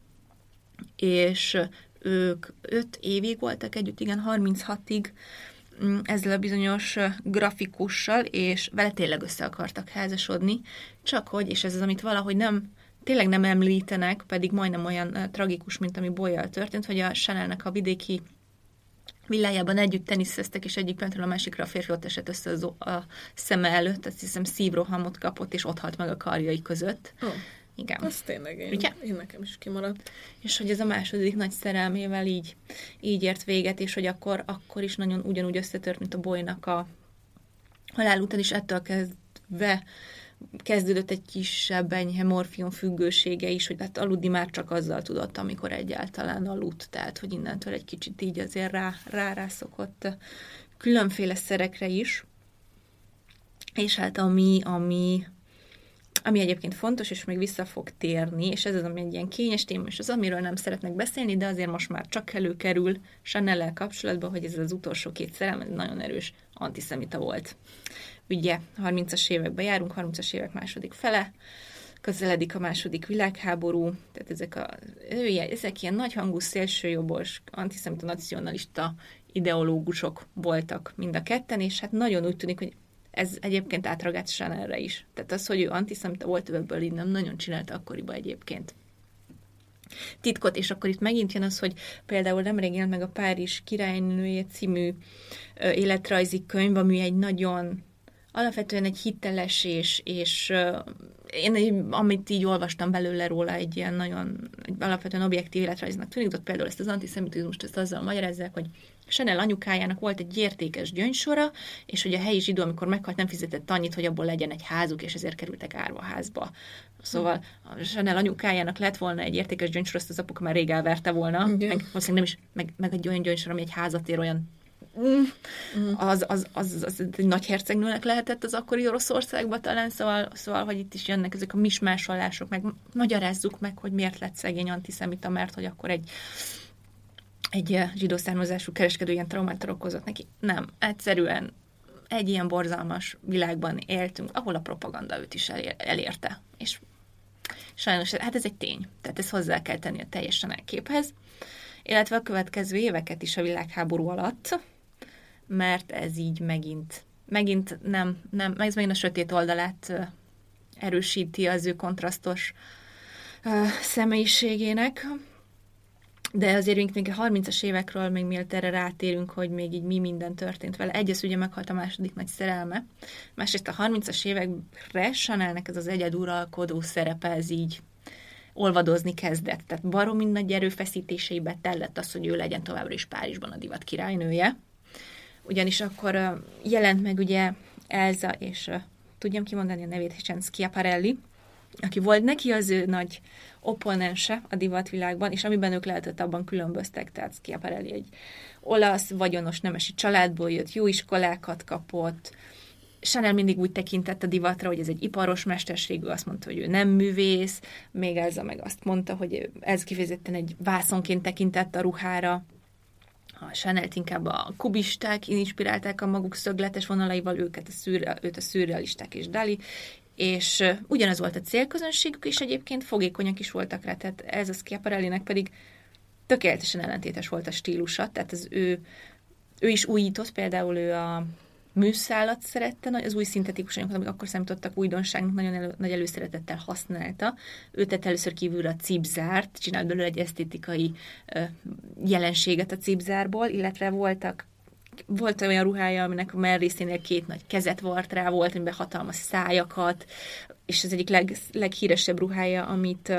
[SPEAKER 7] És ők 5 évig voltak együtt, igen, 36-ig ezzel a bizonyos grafikussal, és vele tényleg össze akartak házasodni, csak hogy, és ez az, amit valahogy tényleg nem említenek, pedig majdnem olyan tragikus, mint ami Bolyal történt, hogy a Chanelnek a vidéki villájában együtt teniszeztek, és egyik pillanatról a másikra a férfi ott esett össze a szeme előtt, azt hiszem szívrohamot kapott, és ott halt meg a karjai között.
[SPEAKER 5] Oh.
[SPEAKER 7] Igen.
[SPEAKER 5] Az tényleg én nekem is kimaradt.
[SPEAKER 7] És hogy ez a második nagy szerelmével így ért véget, és hogy akkor is nagyon ugyanúgy összetört, mint a Boynak a halál után, és ettől kezdve kezdődött egy kisebb enyhe morfium függősége is, hogy hát aludni már csak azzal tudott, amikor egyáltalán aludt, tehát hogy innentől egy kicsit így azért rászokott különféle szerekre is. és hát ami egyébként fontos, és még vissza fog térni, és ez az, ami egy ilyen kényes téma, és az, amiről nem szeretnek beszélni, de azért most már csak előkerül Chanel-el kapcsolatban, hogy ez az utolsó 2 szerelem nagyon erős antiszemita volt. Ugye 30-as években járunk, 30-as évek második fele, közeledik a második világháború, tehát ezek ilyen nagyhangú, szélsőjobbos, antiszemita, nacionalista ideológusok voltak mind a ketten, és hát nagyon úgy tűnik, hogy ez egyébként átragadt Chanelre is. Tehát az, hogy ő antiszemita volt, ebből így nem nagyon csinálta akkoriban egyébként titkot, és akkor itt megint jön az, hogy például nemrég jelent meg a Párizs királynője című életrajzi könyv, ami egy nagyon alapvetően egy hiteles, és én, amit így olvastam belőle róla, egy ilyen nagyon alapvetően objektív életrajznak tűnik, ott például ezt az antiszemitizmust ezt azzal magyarázzák, hogy Chanel anyukájának volt egy értékes gyöngysora, és hogy a helyi zsidó, amikor meghalt, nem fizetett annyit, hogy abból legyen egy házuk, és ezért kerültek árvaházba. Szóval a Chanel anyukájának lett volna egy értékes gyöngysor, azt az apuka már rég elverte volna, meg valószínűleg nem is, meg egy olyan gyöngysor, ami egy házat ér, olyan az egy nagy hercegnőnek lehetett az akkori Oroszországban talán, szóval, hogy itt is jönnek ezek a mismásolások, meg magyarázzuk meg, hogy miért lett szegény antiszemita, mert hogy akkor egy zsidó származású kereskedő ilyen traumát okozott neki. Nem, egyszerűen egy ilyen borzalmas világban éltünk, ahol a propaganda őt is elérte. És sajnos, hát ez egy tény, tehát ezt hozzá kell tenni a teljesen elképhez, illetve a következő éveket is a világháború alatt, mert ez így megint nem, ez megint a sötét oldalát erősíti az ő kontrasztos személyiségének, de azért még a 30-as évekről, még mielőtt erre rátérünk, hogy még így mi minden történt vele. Egyrészt ugye meghalt a második nagy szerelme, másrészt a 30-as évekre Chanelnek ez az egyeduralkodó szerepe, ez így olvadozni kezdett. Tehát baromi nagy erőfeszítéseibe tellett az, hogy ő legyen továbbra is Párizsban a divat királynője. Ugyanis akkor jelent meg ugye Elsa, és tudjam kimondani a nevét, Schiaparelli, aki volt neki az ő nagy opponense a divatvilágban, és amiben ők lehetett, abban különböztek. Tehát Schiaparelli egy olasz, vagyonos nemesi családból jött, jó iskolákat kapott. Chanel mindig úgy tekintett a divatra, hogy ez egy iparos mesterség, ő azt mondta, hogy ő nem művész, még Elsa meg azt mondta, hogy ez kifejezetten egy vászonként tekintett a ruhára. A Chanelt inkább a kubisták inspirálták a maguk szögletes vonalaival, őt a szürrealisták és Dali, és ugyanaz volt a célközönségük, és egyébként fogékonyak is voltak rá, tehát ez a Schiaparellinek pedig tökéletesen ellentétes volt a stílusa, tehát ő is újított, például ő a műszálat szerette, az új szintetikus anyagokat, amik akkor számítottak újdonságnak, nagyon nagy előszeretettel használta. Ő tett először kívülre a cipzárt, csinált belőle egy esztétikai jelenséget a cipzárból, illetve volt olyan ruhája, aminek a mellrészénél 2 nagy kezet vart rá, volt, amiben hatalmas szájakat, és ez egyik leghíresebb ruhája, amit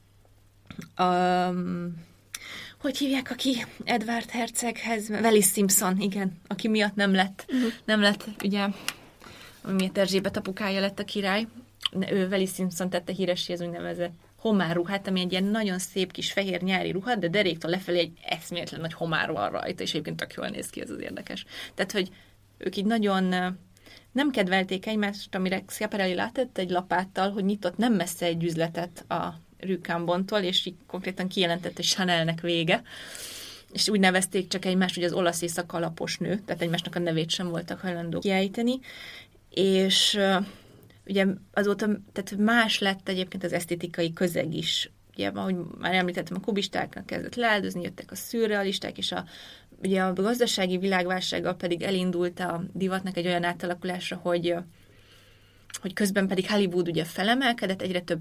[SPEAKER 7] hogy hívják, aki Edward herceghez, Wallis Simpson, igen, aki miatt nem lett, ugye, miatt Erzsébet apukája lett a király. Ő Wallis Simpson tette híressé az úgynevezett homárruhát, ami egy ilyen nagyon szép kis fehér nyári ruha, de deréktől lefelé egy eszméletlen nagy homár van rajta, és egyébként tök jól néz ki, ez az érdekes. Tehát, hogy ők így nagyon nem kedvelték egymást, amire Schiaparelli látett egy lapáttal, hogy nyitott nem messze egy üzletet a Rue Cambontól, és így konkrétan kijelentett, hogy Chanelnek vége. És úgy nevezték csak egymást, hogy az olasz éjszaka alapos nő, tehát egymásnak a nevét sem voltak hajlandók kiejteni. És ugye azóta, tehát más lett egyébként az esztétikai közeg is. Ugye, ahogy már említettem, a kubistáknak kezdett leáldozni, jöttek a szürrealisták, és ugye a gazdasági világválsággal pedig elindult a divatnak egy olyan átalakulása, hogy közben pedig Hollywood ugye felemelkedett, egyre több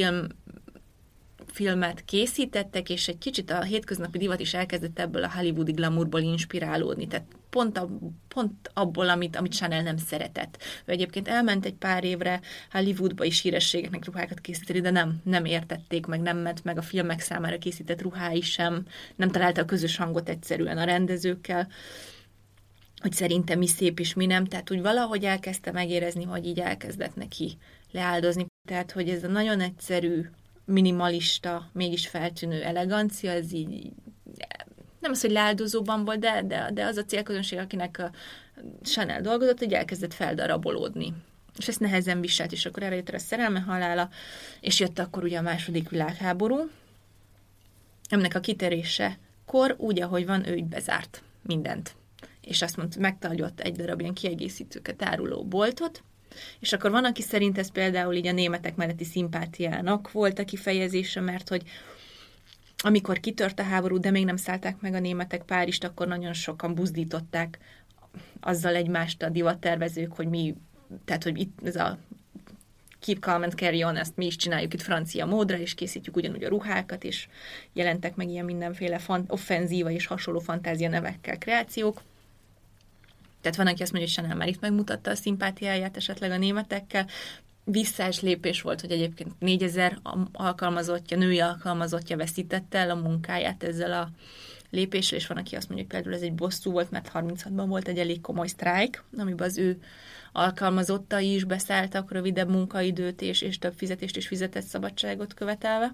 [SPEAKER 7] filmet készítettek, és egy kicsit a hétköznapi divat is elkezdett ebből a hollywoodi glamourból inspirálódni, tehát pont abból, amit Chanel nem szeretett. Ő egyébként elment egy pár évre Hollywoodba is hírességeknek ruhákat készíteni, de nem értették meg, nem ment meg a filmek számára készített ruhái sem, nem találta a közös hangot egyszerűen a rendezőkkel, hogy szerintem mi szép és mi nem, tehát úgy valahogy elkezdte megérezni, hogy így elkezdett neki leáldozni. Tehát, hogy ez a nagyon egyszerű, minimalista, mégis feltűnő elegancia, ez így nem az, hogy leáldozóban volt, de az a célközönség, akinek a Chanel dolgozott, hogy elkezdett feldarabolódni. és ezt nehezen viselt, és akkor erre jött a szerelme halála, és jött akkor ugye a második világháború, aminek a kitörésekor úgy, ahogy van, ő így bezárt mindent. És azt mondta, megtagyott egy darab ilyen kiegészítőket áruló boltot, és akkor van, aki szerint ez például így a németek melletti szimpátiának volt a kifejezése, mert hogy amikor kitört a háború, de még nem szállták meg a németek Párizst, akkor nagyon sokan buzdították azzal egymást a divattervezők, hogy mi, tehát hogy itt ez a keep calm and carry on, ezt mi is csináljuk itt francia módra, és készítjük ugyanúgy a ruhákat, és jelentek meg ilyen mindenféle offenzíva és hasonló fantázia nevekkel kreációk. Tehát van, aki azt mondja, hogy Chanel már itt megmutatta a szimpátiáját esetleg a németekkel. Visszás lépés volt, hogy egyébként 4000 alkalmazottja, női alkalmazottja veszítette el a munkáját ezzel a lépéssel, és van, aki azt mondja, hogy például ez egy bosszú volt, mert 36-ban volt egy elég komoly sztrájk, amiben az ő alkalmazottai is beszálltak rövidebb munkaidőt és több fizetést és fizetett szabadságot követelve.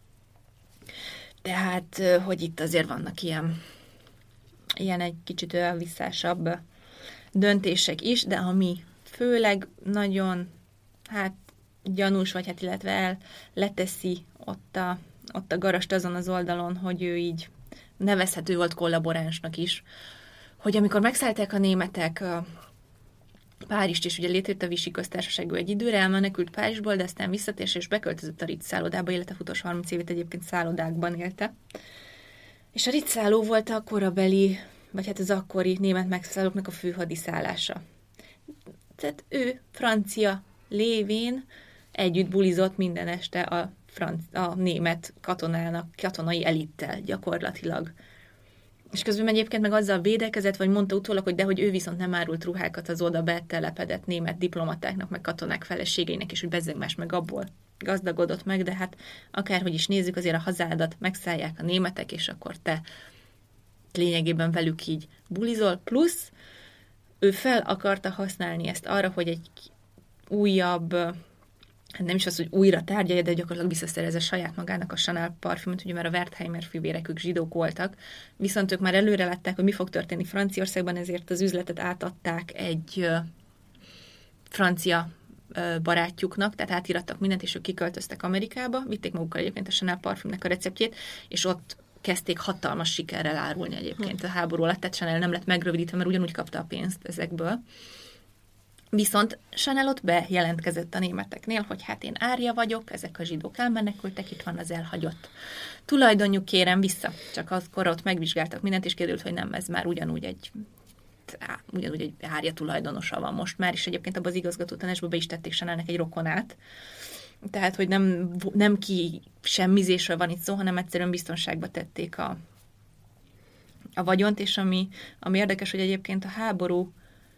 [SPEAKER 7] Tehát, hogy itt azért vannak ilyen egy kicsit visszásabb döntések is, de ami főleg nagyon gyanús, vagy illetve leteszi ott a garast azon az oldalon, hogy ő így nevezhető volt kollaboránsnak is, hogy amikor megszállták a németek Párizst, és ugye létrejött a Vichy köztársaság, egy időre elmenekült Párizsból, de aztán visszatért, és beköltözött a Ritz szállodába, illetve futós 30 évét egyébként szállodákban élte. És a Ritz szálló volt a korabeli, vagy az akkori német megszállóknak a főhadiszállása. Tehát ő francia lévén együtt bulizott minden este a német katonai elittel gyakorlatilag. És közben egyébként meg azzal védekezett, vagy mondta utólag, hogy hogy ő viszont nem árult ruhákat az oda betelepedett német diplomatáknak, meg katonák feleségeinek, és hogy bezzeg más meg abból gazdagodott meg, de hát akárhogy is nézzük, azért a hazádat megszállják a németek, és akkor te lényegében velük így bulizol, plusz ő fel akarta használni ezt arra, hogy egy újabb, nem is az, hogy újra tárgyalja, de gyakorlatilag visszaszerezze saját magának a Chanel parfümöt, ugye már a Wertheimer fivérek, ők zsidók voltak, viszont ők már előre látták, hogy mi fog történni Franciaországban, ezért az üzletet átadták egy francia barátjuknak, tehát átirattak mindent, és ők kiköltöztek Amerikába, vitték magukkal egyébként a Chanel parfümnek a receptjét, és ott kezdték hatalmas sikerrel árulni egyébként a háború alatt, tehát Chanel nem lett megrövidítve, mert ugyanúgy kapta a pénzt ezekből. Viszont Chanel ott bejelentkezett a németeknél, hogy hát én árja vagyok, ezek a zsidók elmenekültek, itt van az elhagyott tulajdonjuk, kérem vissza. Csak akkor ott megvizsgáltak mindent, és kiderült, hogy nem, ez már ugyanúgy egy árja tulajdonosa van most már, és egyébként abban az igazgatótanácsban be is tették Chanelnek egy rokonát. Tehát, hogy nem ki semmizésről van itt szó, hanem egyszerűen biztonságba tették a vagyont, és ami érdekes, hogy egyébként a háború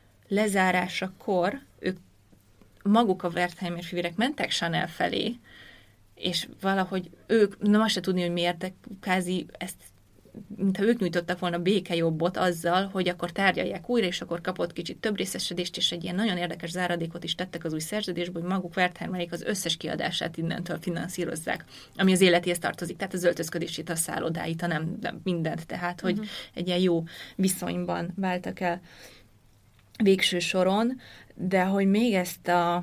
[SPEAKER 7] lezárásakor ők maguk a Wertheimer fivérek mentek Chanel felé, és valahogy ők, nem azt se tudni, hogy miért, de kázi ezt, mintha ők nyújtottak volna békejobbot azzal, hogy akkor tárgyalják újra, és akkor kapott kicsit több részesedést, és egy ilyen nagyon érdekes záradékot is tettek az új szerződésbe, hogy maguk Wertheimerék az összes kiadását innentől finanszírozzák, ami az életéhez tartozik, tehát az öltözködését, a szállodáit, nem mindent, tehát, hogy egy ilyen jó viszonyban váltak el végső soron, de hogy még ezt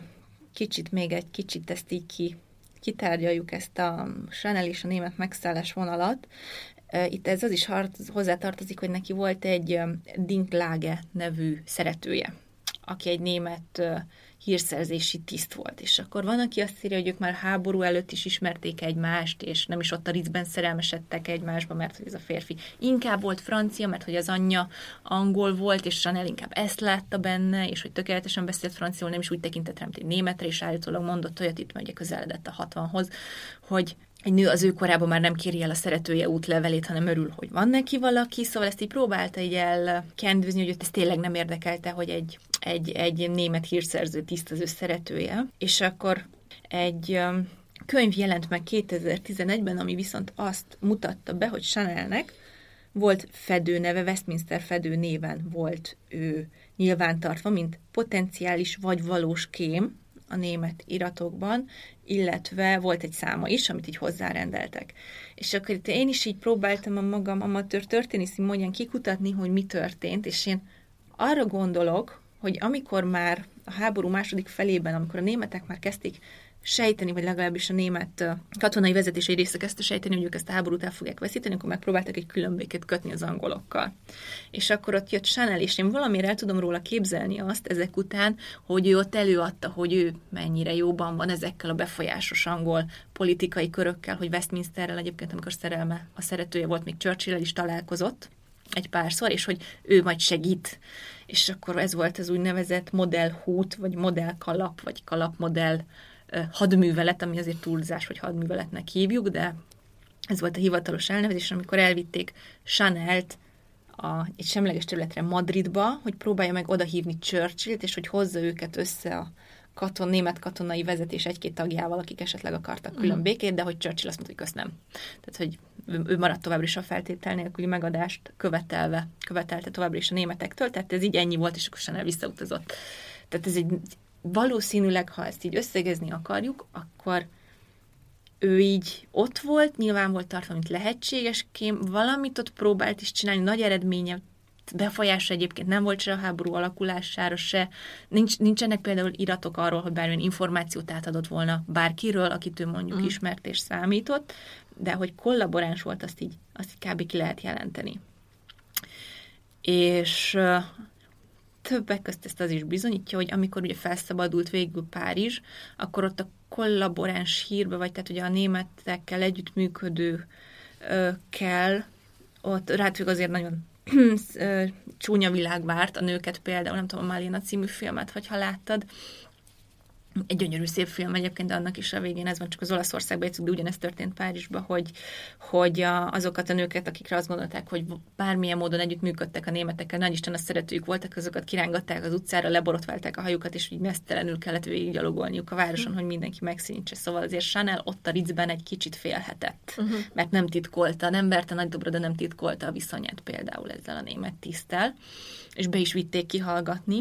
[SPEAKER 7] egy kicsit ezt így kitárgyaljuk, ezt a Chanel és a német megszállás vonalat. Itt ez az is hozzátartozik, hogy neki volt egy Dinklage nevű szeretője, aki egy német hírszerzési tiszt volt. És akkor van, aki azt írja, hogy ők már háború előtt is ismerték egymást, és nem is ott a Ritzben szerelmesedtek egymásba, mert hogy ez a férfi inkább volt francia, mert hogy az anyja angol volt, és Chanel inkább ezt látta benne, és hogy tökéletesen beszélt franciául, nem is úgy tekintett rá, mint egy németre, és állítólag mondott olyat, itt ugye közeledett a 60-hoz, hogy egy nő az ő korában már nem kéri el a szeretője útlevelét, hanem örül, hogy van neki valaki, szóval ezt így próbálta így elkendőzni, hogy őt ez tényleg nem érdekelte, hogy egy német hírszerző tiszt az ő szeretője. És akkor egy könyv jelent meg 2011-ben, ami viszont azt mutatta be, hogy Chanelnek volt fedőneve, Westminster fedő néven volt ő nyilvántartva, mint potenciális vagy valós kém a német iratokban, illetve volt egy száma is, amit így hozzárendeltek. És akkor itt én is így próbáltam a magam amatőr történészi módján kikutatni, hogy mi történt, és én arra gondolok, hogy amikor már a háború második felében, amikor a németek már kezdték sejteni, vagy legalábbis a német katonai vezetés egy része kezdte sejteni, hogy ők ezt a háborút el fogják veszíteni, akkor megpróbáltak egy különbékét kötni az angolokkal. És akkor ott jött Chanel, és én valamire el tudom róla képzelni azt ezek után, hogy ő ott előadta, hogy ő mennyire jóban van ezekkel a befolyásos angol politikai körökkel, hogy Westminsterrel egyébként, amikor szerelme, a szeretője volt, még Churchill-el is találkozott egy párszor, és hogy ő majd segít. És akkor ez volt az úgynevezett modellhút, vagy modellkalap, vagy kalapmodell hadművelet, ami azért túlzás, hogy hadműveletnek hívjuk, de ez volt a hivatalos elnevezés, amikor elvitték Chanelt egy semleges területre Madridba, hogy próbálja meg odahívni Churchillt, és hogy hozza őket össze a német katonai vezetés egy-két tagjával, akik esetleg akartak külön békét, de hogy Churchill azt mondta, hogy kösz nem. Tehát, hogy ő maradt továbbra is a feltétel nélküli megadást követelte továbbra is a németektől, tehát ez így ennyi volt, és akkor Chanel visszautazott. Tehát ez egy valószínűleg, ha ezt így összegezni akarjuk, akkor ő így ott volt, nyilván volt tartva, mint lehetséges, valamit ott próbált is csinálni, nagy eredménye, befolyása egyébként nem volt se a háború alakulására, se. Nincsenek például iratok arról, hogy bármilyen információt átadott volna bárkiről, akit ő mondjuk ismert és számított, de hogy kollaboráns volt, azt így kb. Ki lehet jelenteni. És többek közt ezt az is bizonyítja, hogy amikor ugye felszabadult végül Párizs, akkor ott a kollaboráns hírbe, vagy tehát ugye a németekkel együttműködőkkel, ott rájuk azért nagyon csúnya világ várt a nőket például, nem tudom, a Malina című filmet, hogyha láttad. Egy gyönyörű szép film egyébként, de annak is a végén ez van, csak az Olaszországban játszunk, de ugyanezt történt Párizsban, hogy azokat a nőket, akikre azt gondolták, hogy bármilyen módon együttműködtek a németekkel, nagy Isten a szeretőjük voltak, azokat kirángatták az utcára, leborotválták a hajukat, és így mesztelenül kellett végiggyalogolniuk a városon, hogy mindenki megszínítse. Szóval azért Chanel ott a Ritzben egy kicsit félhetett, mert nem titkolta, nem verte nagy dobra, de nem titkolta a viszonyát például ezzel a német tiszttel, és be is vitték kihallgatni.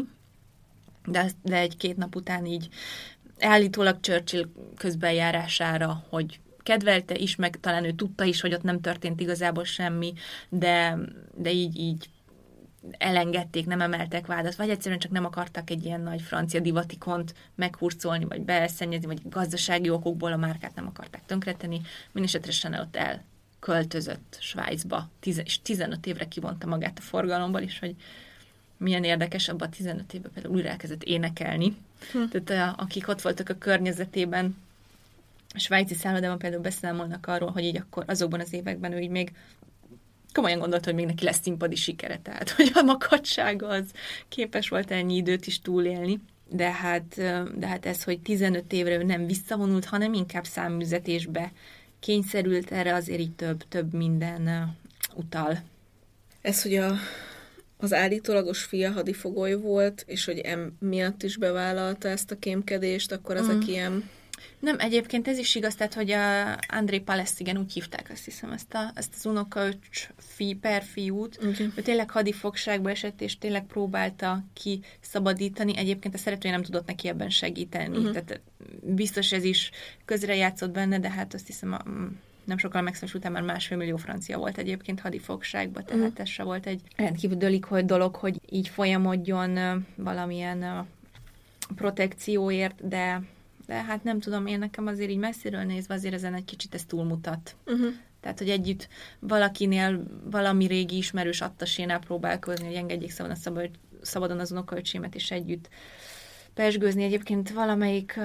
[SPEAKER 7] De egy-két nap után így állítólag Churchill közbenjárására, hogy kedvelte is, meg talán ő tudta is, hogy ott nem történt igazából semmi, de így elengedték, nem emeltek vádat, vagy egyszerűen csak nem akartak egy ilyen nagy francia divatikont meghurcolni, vagy beszennyezni, vagy gazdasági okokból a márkát nem akarták tönkretenni. Mindenesetre Chanel ott elköltözött Svájcba, és 15 évre kivonta magát a forgalomból, és hogy milyen érdekes, abban a 15 évben például újra elkezdett énekelni. Tehát akik ott voltak a környezetében, a svájci szállodában például beszámolnak arról, hogy így akkor azokban az években ő így még komolyan gondolta, hogy még neki lesz színpadi sikere, tehát hogy a makacsága az képes volt ennyi időt is túlélni. De hát ez, hogy 15 évre ő nem visszavonult, hanem inkább számműzetésbe kényszerült, erre azért így több minden utal.
[SPEAKER 5] Ez, hogy az állítólagos fia hadifogoly volt, és hogy miatt is bevállalta ezt a kémkedést, akkor ezek ilyen...
[SPEAKER 7] Nem, egyébként ez is igaz, tehát, hogy a André Palesz, igen, úgy hívták, azt hiszem, ezt az unokaöcs perfiút, ő tényleg hadifogságba esett, és tényleg próbálta kiszabadítani. Egyébként a szeretője nem tudott neki ebben segíteni. Tehát biztos ez is közrejátszott benne, de hát azt hiszem, nem sokkal megszűnés után már 1,5 millió francia volt egyébként hadifogságban, tehát ez se volt egy rendkívül dolog, hogy így folyamodjon valamilyen protekcióért, de hát nem tudom, én nekem azért így messziről nézve azért ezen egy kicsit ez túlmutat. Tehát, hogy együtt valakinél valami régi ismerős attasénál próbálkozni, hogy engedjék szabadon az unokaöcsémet, és együtt pezsgőzni. Egyébként valamelyik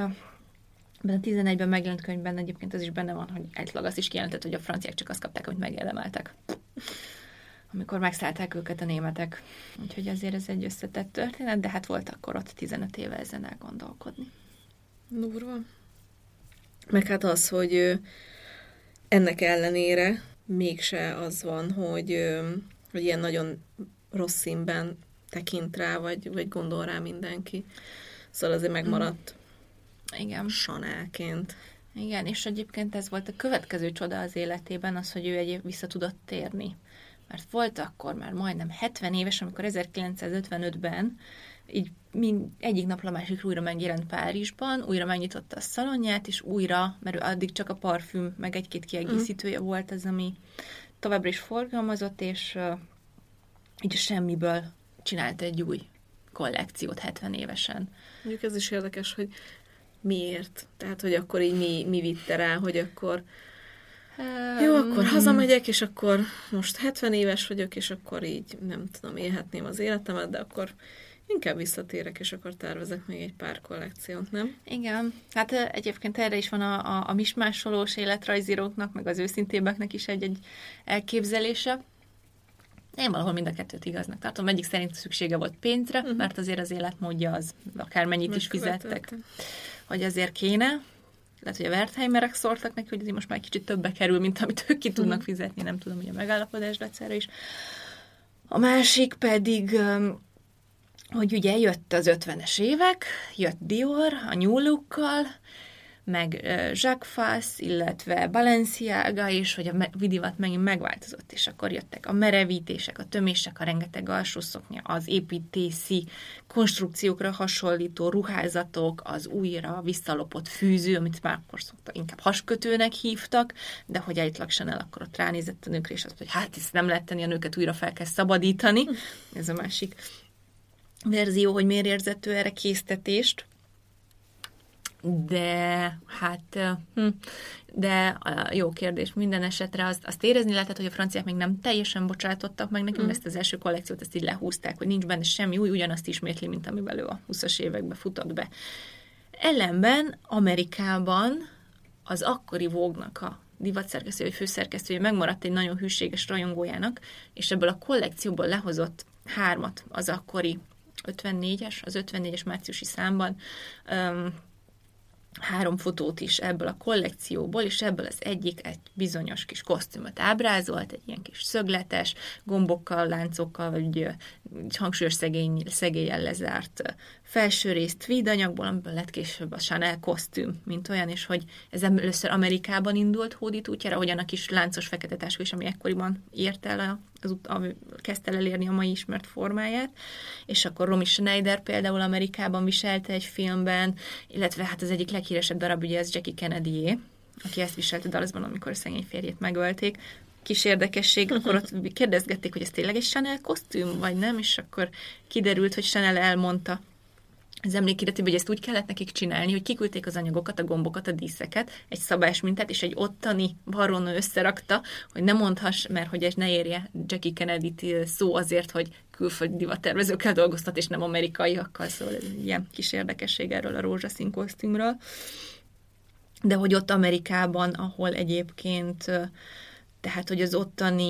[SPEAKER 7] a 11-ben megjelent könyvben egyébként az is benne van, hogy egylag azt is kijelentett, hogy a franciák csak azt kapták, amit megérdemeltek, amikor megszállták őket a németek. Úgyhogy azért ez egy összetett történet, de hát volt akkor ott 15 éve ezen elgondolkodni.
[SPEAKER 5] Durva. Meg hát az, hogy ennek ellenére mégse az van, hogy ilyen nagyon rossz színben tekint rá, vagy gondol rá mindenki. Szóval azért megmaradt
[SPEAKER 7] igen.
[SPEAKER 5] Chanelként.
[SPEAKER 7] Igen, és egyébként ez volt a következő csoda az életében, az, hogy ő vissza tudott térni. Mert volt akkor már majdnem 70 éves, amikor 1955-ben így egyik napra a másikra újra megjelent Párizsban, újra megnyitotta a szalonját, és újra, mert addig csak a parfüm, meg egy-két kiegészítője volt az, ami továbbra is forgalmazott, és így semmiből csinált egy új
[SPEAKER 6] kollekciót 70 évesen.
[SPEAKER 5] Mondjuk ez is érdekes, hogy miért. Tehát, hogy akkor így mi vitte rá, hogy akkor jó, akkor hazamegyek, és akkor most 70 éves vagyok, és akkor így nem tudom, élhetném az életemet, de akkor inkább visszatérek, és akkor tervezek még egy pár kollekciót, nem?
[SPEAKER 6] Igen, hát egyébként erre is van a mismásolós életrajzíróknak, meg az őszintébeknek is egy elképzelése. Én valahol mind a kettőt igaznak tartom. Egyik szerint szüksége volt pénzre, mert azért az életmódja az akármennyit is fizettek, hogy azért kéne. Lehet, hogy a Wertheimerek szóltak neki, hogy azért most már kicsit többe kerül, mint amit ők ki tudnak fizetni, nem tudom, hogy a megállapodás dacára is. A másik pedig, hogy ugye jött az 50-es évek, jött Dior a New Look-kal, meg Jacques Fass, illetve Balenciaga is, hogy a vidivat megint megváltozott, és akkor jöttek a merevítések, a tömések, a rengeteg alsószoknya, az építészi konstrukciókra hasonlító ruházatok, az újra visszalopott fűző, amit már akkor inkább haskötőnek hívtak, de hogy állítólag Chanel akkor ott ránézett a nőkre, és azt mondta, hogy hát ezt nem lehet tenni, a nőket újra fel kell szabadítani. Ez a másik verzió, hogy miért érzett ő erre késztetést. De hát, de jó kérdés. Minden esetre azt érezni lehetett, hogy a franciák még nem teljesen bocsátottak meg nekünk, ezt az első kollekciót ezt így lehúzták, hogy nincs benne semmi új, ugyanazt ismétli, mint amivel ő a 20-as években futott be. Ellenben Amerikában az akkori Vogue-nak a divatszerkesztője, vagy főszerkesztője megmaradt egy nagyon hűséges rajongójának, és ebből a kollekcióból lehozott 3 az akkori 54-es márciusi számban, 3 fotót is ebből a kollekcióból, és ebből az egyik egy bizonyos kis kosztümöt ábrázolt, egy ilyen kis szögletes, gombokkal, láncokkal, vagy hangsúlyos szegéllyel lezárt felső részt tweed anyagból, amiből lett később a Chanel kosztüm, mint olyan, és hogy ez először Amerikában indult hódít útjára, ahogyan a kis láncos fekete táska is, ami ekkoriban ért el kezdte el elérni a mai ismert formáját, és akkor Romy Schneider például Amerikában viselte egy filmben, illetve hát az egyik leghíresebb darab ugye ez Jackie Kennedy-é, aki ezt viselte Dallasban, amikor a szegény férjét megölték. Kis érdekesség, akkor ott kérdezgették, hogy ez tényleg egy Chanel kosztüm, vagy nem, és akkor kiderült, hogy Chanel elmondta az emlékiratében, hogy ezt úgy kellett nekik csinálni, hogy kiküldték az anyagokat, a gombokat, a díszeket, egy szabás mintát, és egy ottani baronő összerakta, hogy ne mondhass, mert hogy ez ne érje Jackie Kennedy-t szó azért, hogy külföldi divattervezőkkel dolgoztat, és nem amerikaiakkal, szóval ez ilyen kis érdekesség erről a rózsaszín kosztümről. De hogy ott Amerikában, ahol egyébként, tehát, hogy az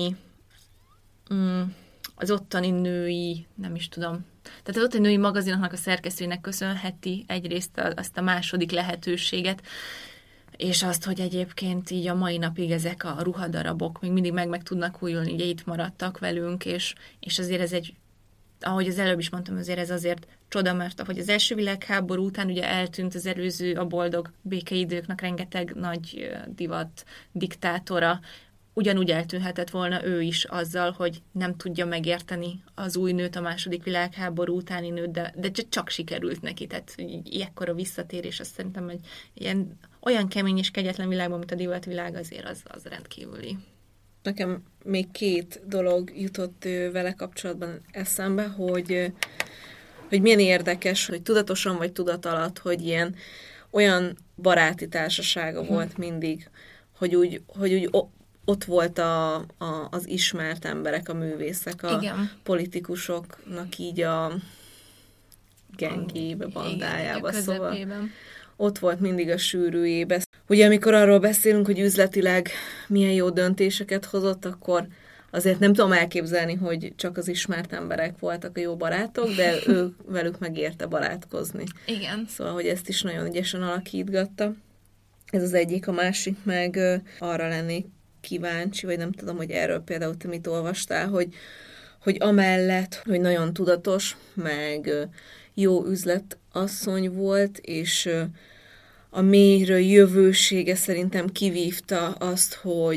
[SPEAKER 6] ottani női, nem is tudom, tehát az ottani női magazinoknak a szerkesztőinek köszönheti egyrészt azt a második lehetőséget, és azt, hogy egyébként így a mai napig ezek a ruhadarabok még mindig meg tudnak újulni, ugye itt maradtak velünk, és azért ez egy, ahogy az előbb is mondtam, azért ez azért csoda, mert ahogy az első világháború után ugye eltűnt az előző, a boldog békeidőknek rengeteg nagy divat diktátora, ugyanúgy eltűnhetett volna ő is azzal, hogy nem tudja megérteni az új nőt, a második világháború utáni nőt, de csak sikerült neki. Tehát ilyekkor a visszatérés, azt szerintem egy ilyen olyan kemény és kegyetlen világban, mint a divatvilág, azért az rendkívüli.
[SPEAKER 5] Nekem még 2 dolog jutott vele kapcsolatban eszembe, hogy milyen érdekes, hogy tudatosan vagy tudat alatt, hogy olyan baráti társasága volt mindig, hogy úgy ott volt az ismert emberek, a művészek, a politikusoknak így a gengébe, bandájába,
[SPEAKER 6] igen,
[SPEAKER 5] szóval ott volt mindig a sűrűjébe. Ugye amikor arról beszélünk, hogy üzletileg milyen jó döntéseket hozott, akkor azért nem tudom elképzelni, hogy csak az ismert emberek voltak a jó barátok, de velük megérte barátkozni.
[SPEAKER 6] Igen.
[SPEAKER 5] Szóval, hogy ezt is nagyon ügyesen alakítgatta. Ez az egyik, a másik meg arra lennék kíváncsi, vagy nem tudom, hogy erről például te mit olvastál, hogy amellett, hogy nagyon tudatos, meg jó üzletasszony volt, és a mélyről jövősége szerintem kivívta azt,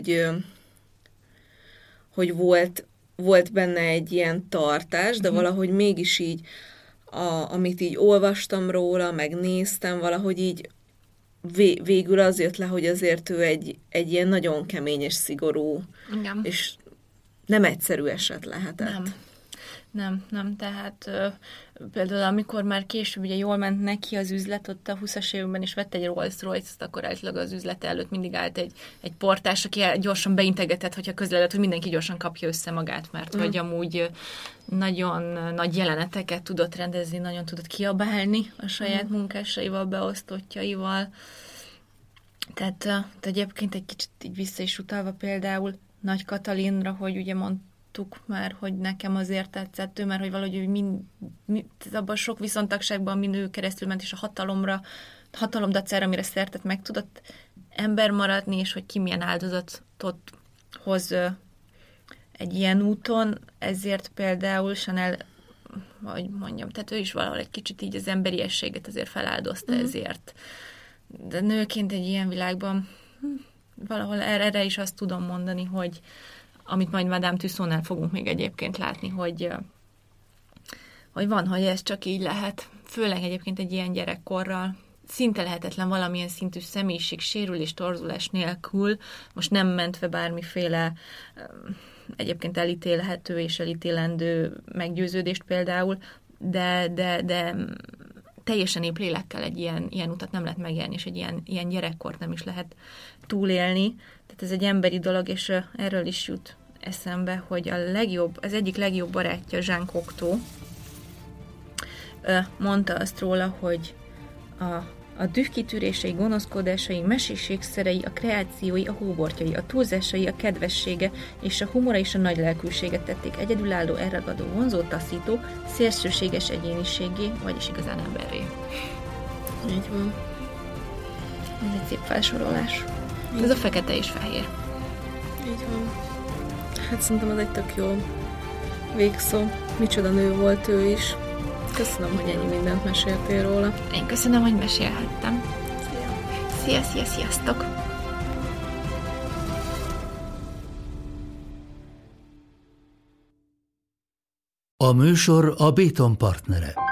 [SPEAKER 5] hogy volt benne egy ilyen tartás, de valahogy mégis így, amit így olvastam róla, meg néztem, valahogy így végül az jött le, hogy azért ő egy ilyen nagyon kemény és szigorú,
[SPEAKER 6] igen,
[SPEAKER 5] és nem egyszerű eset lehetett.
[SPEAKER 6] Nem, tehát például amikor már később ugye jól ment neki az üzlet, ott a 20-as években is vett egy Rolls-Royce-t, akkor általában az üzlete előtt mindig állt egy portás, aki gyorsan beintegetett, hogyha közlelett, hogy mindenki gyorsan kapja össze magát, mert hogy amúgy nagyon nagy jeleneteket tudott rendezni, nagyon tudott kiabálni a saját munkásaival, beosztottjaival. Tehát egyébként egy kicsit így vissza is utalva például Nagy Katalinra, hogy ugye mondtuk már, hogy nekem azért tetszett ő, mert hogy valahogy abban a sok viszontagságban, amin ő keresztül ment, és a hatalom dacára, amire szertett, meg tudott ember maradni, és hogy ki milyen áldozatot hoz egy ilyen úton, ezért például Chanel, hogy mondjam, tehát ő is valahol egy kicsit így az emberiességet azért feláldozta ezért. De nőként egy ilyen világban valahol erre is azt tudom mondani, hogy amit majd Madame Tussaudsnál fogunk még egyébként látni, hogy van, hogy ez csak így lehet. Főleg egyébként egy ilyen gyerekkorral szinte lehetetlen valamilyen szintű személyiség, sérülés, torzulás nélkül, most nem mentve bármiféle egyébként elítélhető és elítélendő meggyőződést például, de teljesen épp lélekkel egy ilyen utat nem lehet megélni, és egy ilyen gyerekkort nem is lehet túlélni. Tehát ez egy emberi dolog, és erről is jut eszembe, hogy az egyik legjobb barátja, Jean Cocteau, mondta azt róla, hogy a dühkitűrései, gonoszkodásai, meséségszerei, a kreációi, a hóbortjai, a túlzásai, a kedvessége és a humora és a nagy lelkűséget tették egyedülálló, elragadó, vonzó, taszító, szélsőséges egyéniségé, vagyis igazán emberré.
[SPEAKER 5] Így van.
[SPEAKER 6] Ez egy szép felsorolás. Ez a fekete és fehér.
[SPEAKER 5] Így van. Hát szerintem ez egy tök jó végszó. Micsoda nő volt ő is. Köszönöm, hogy ennyi mindent meséltél róla.
[SPEAKER 6] Én köszönöm, hogy mesélhettem. Sziasztok!
[SPEAKER 1] A műsor a Béton partnere.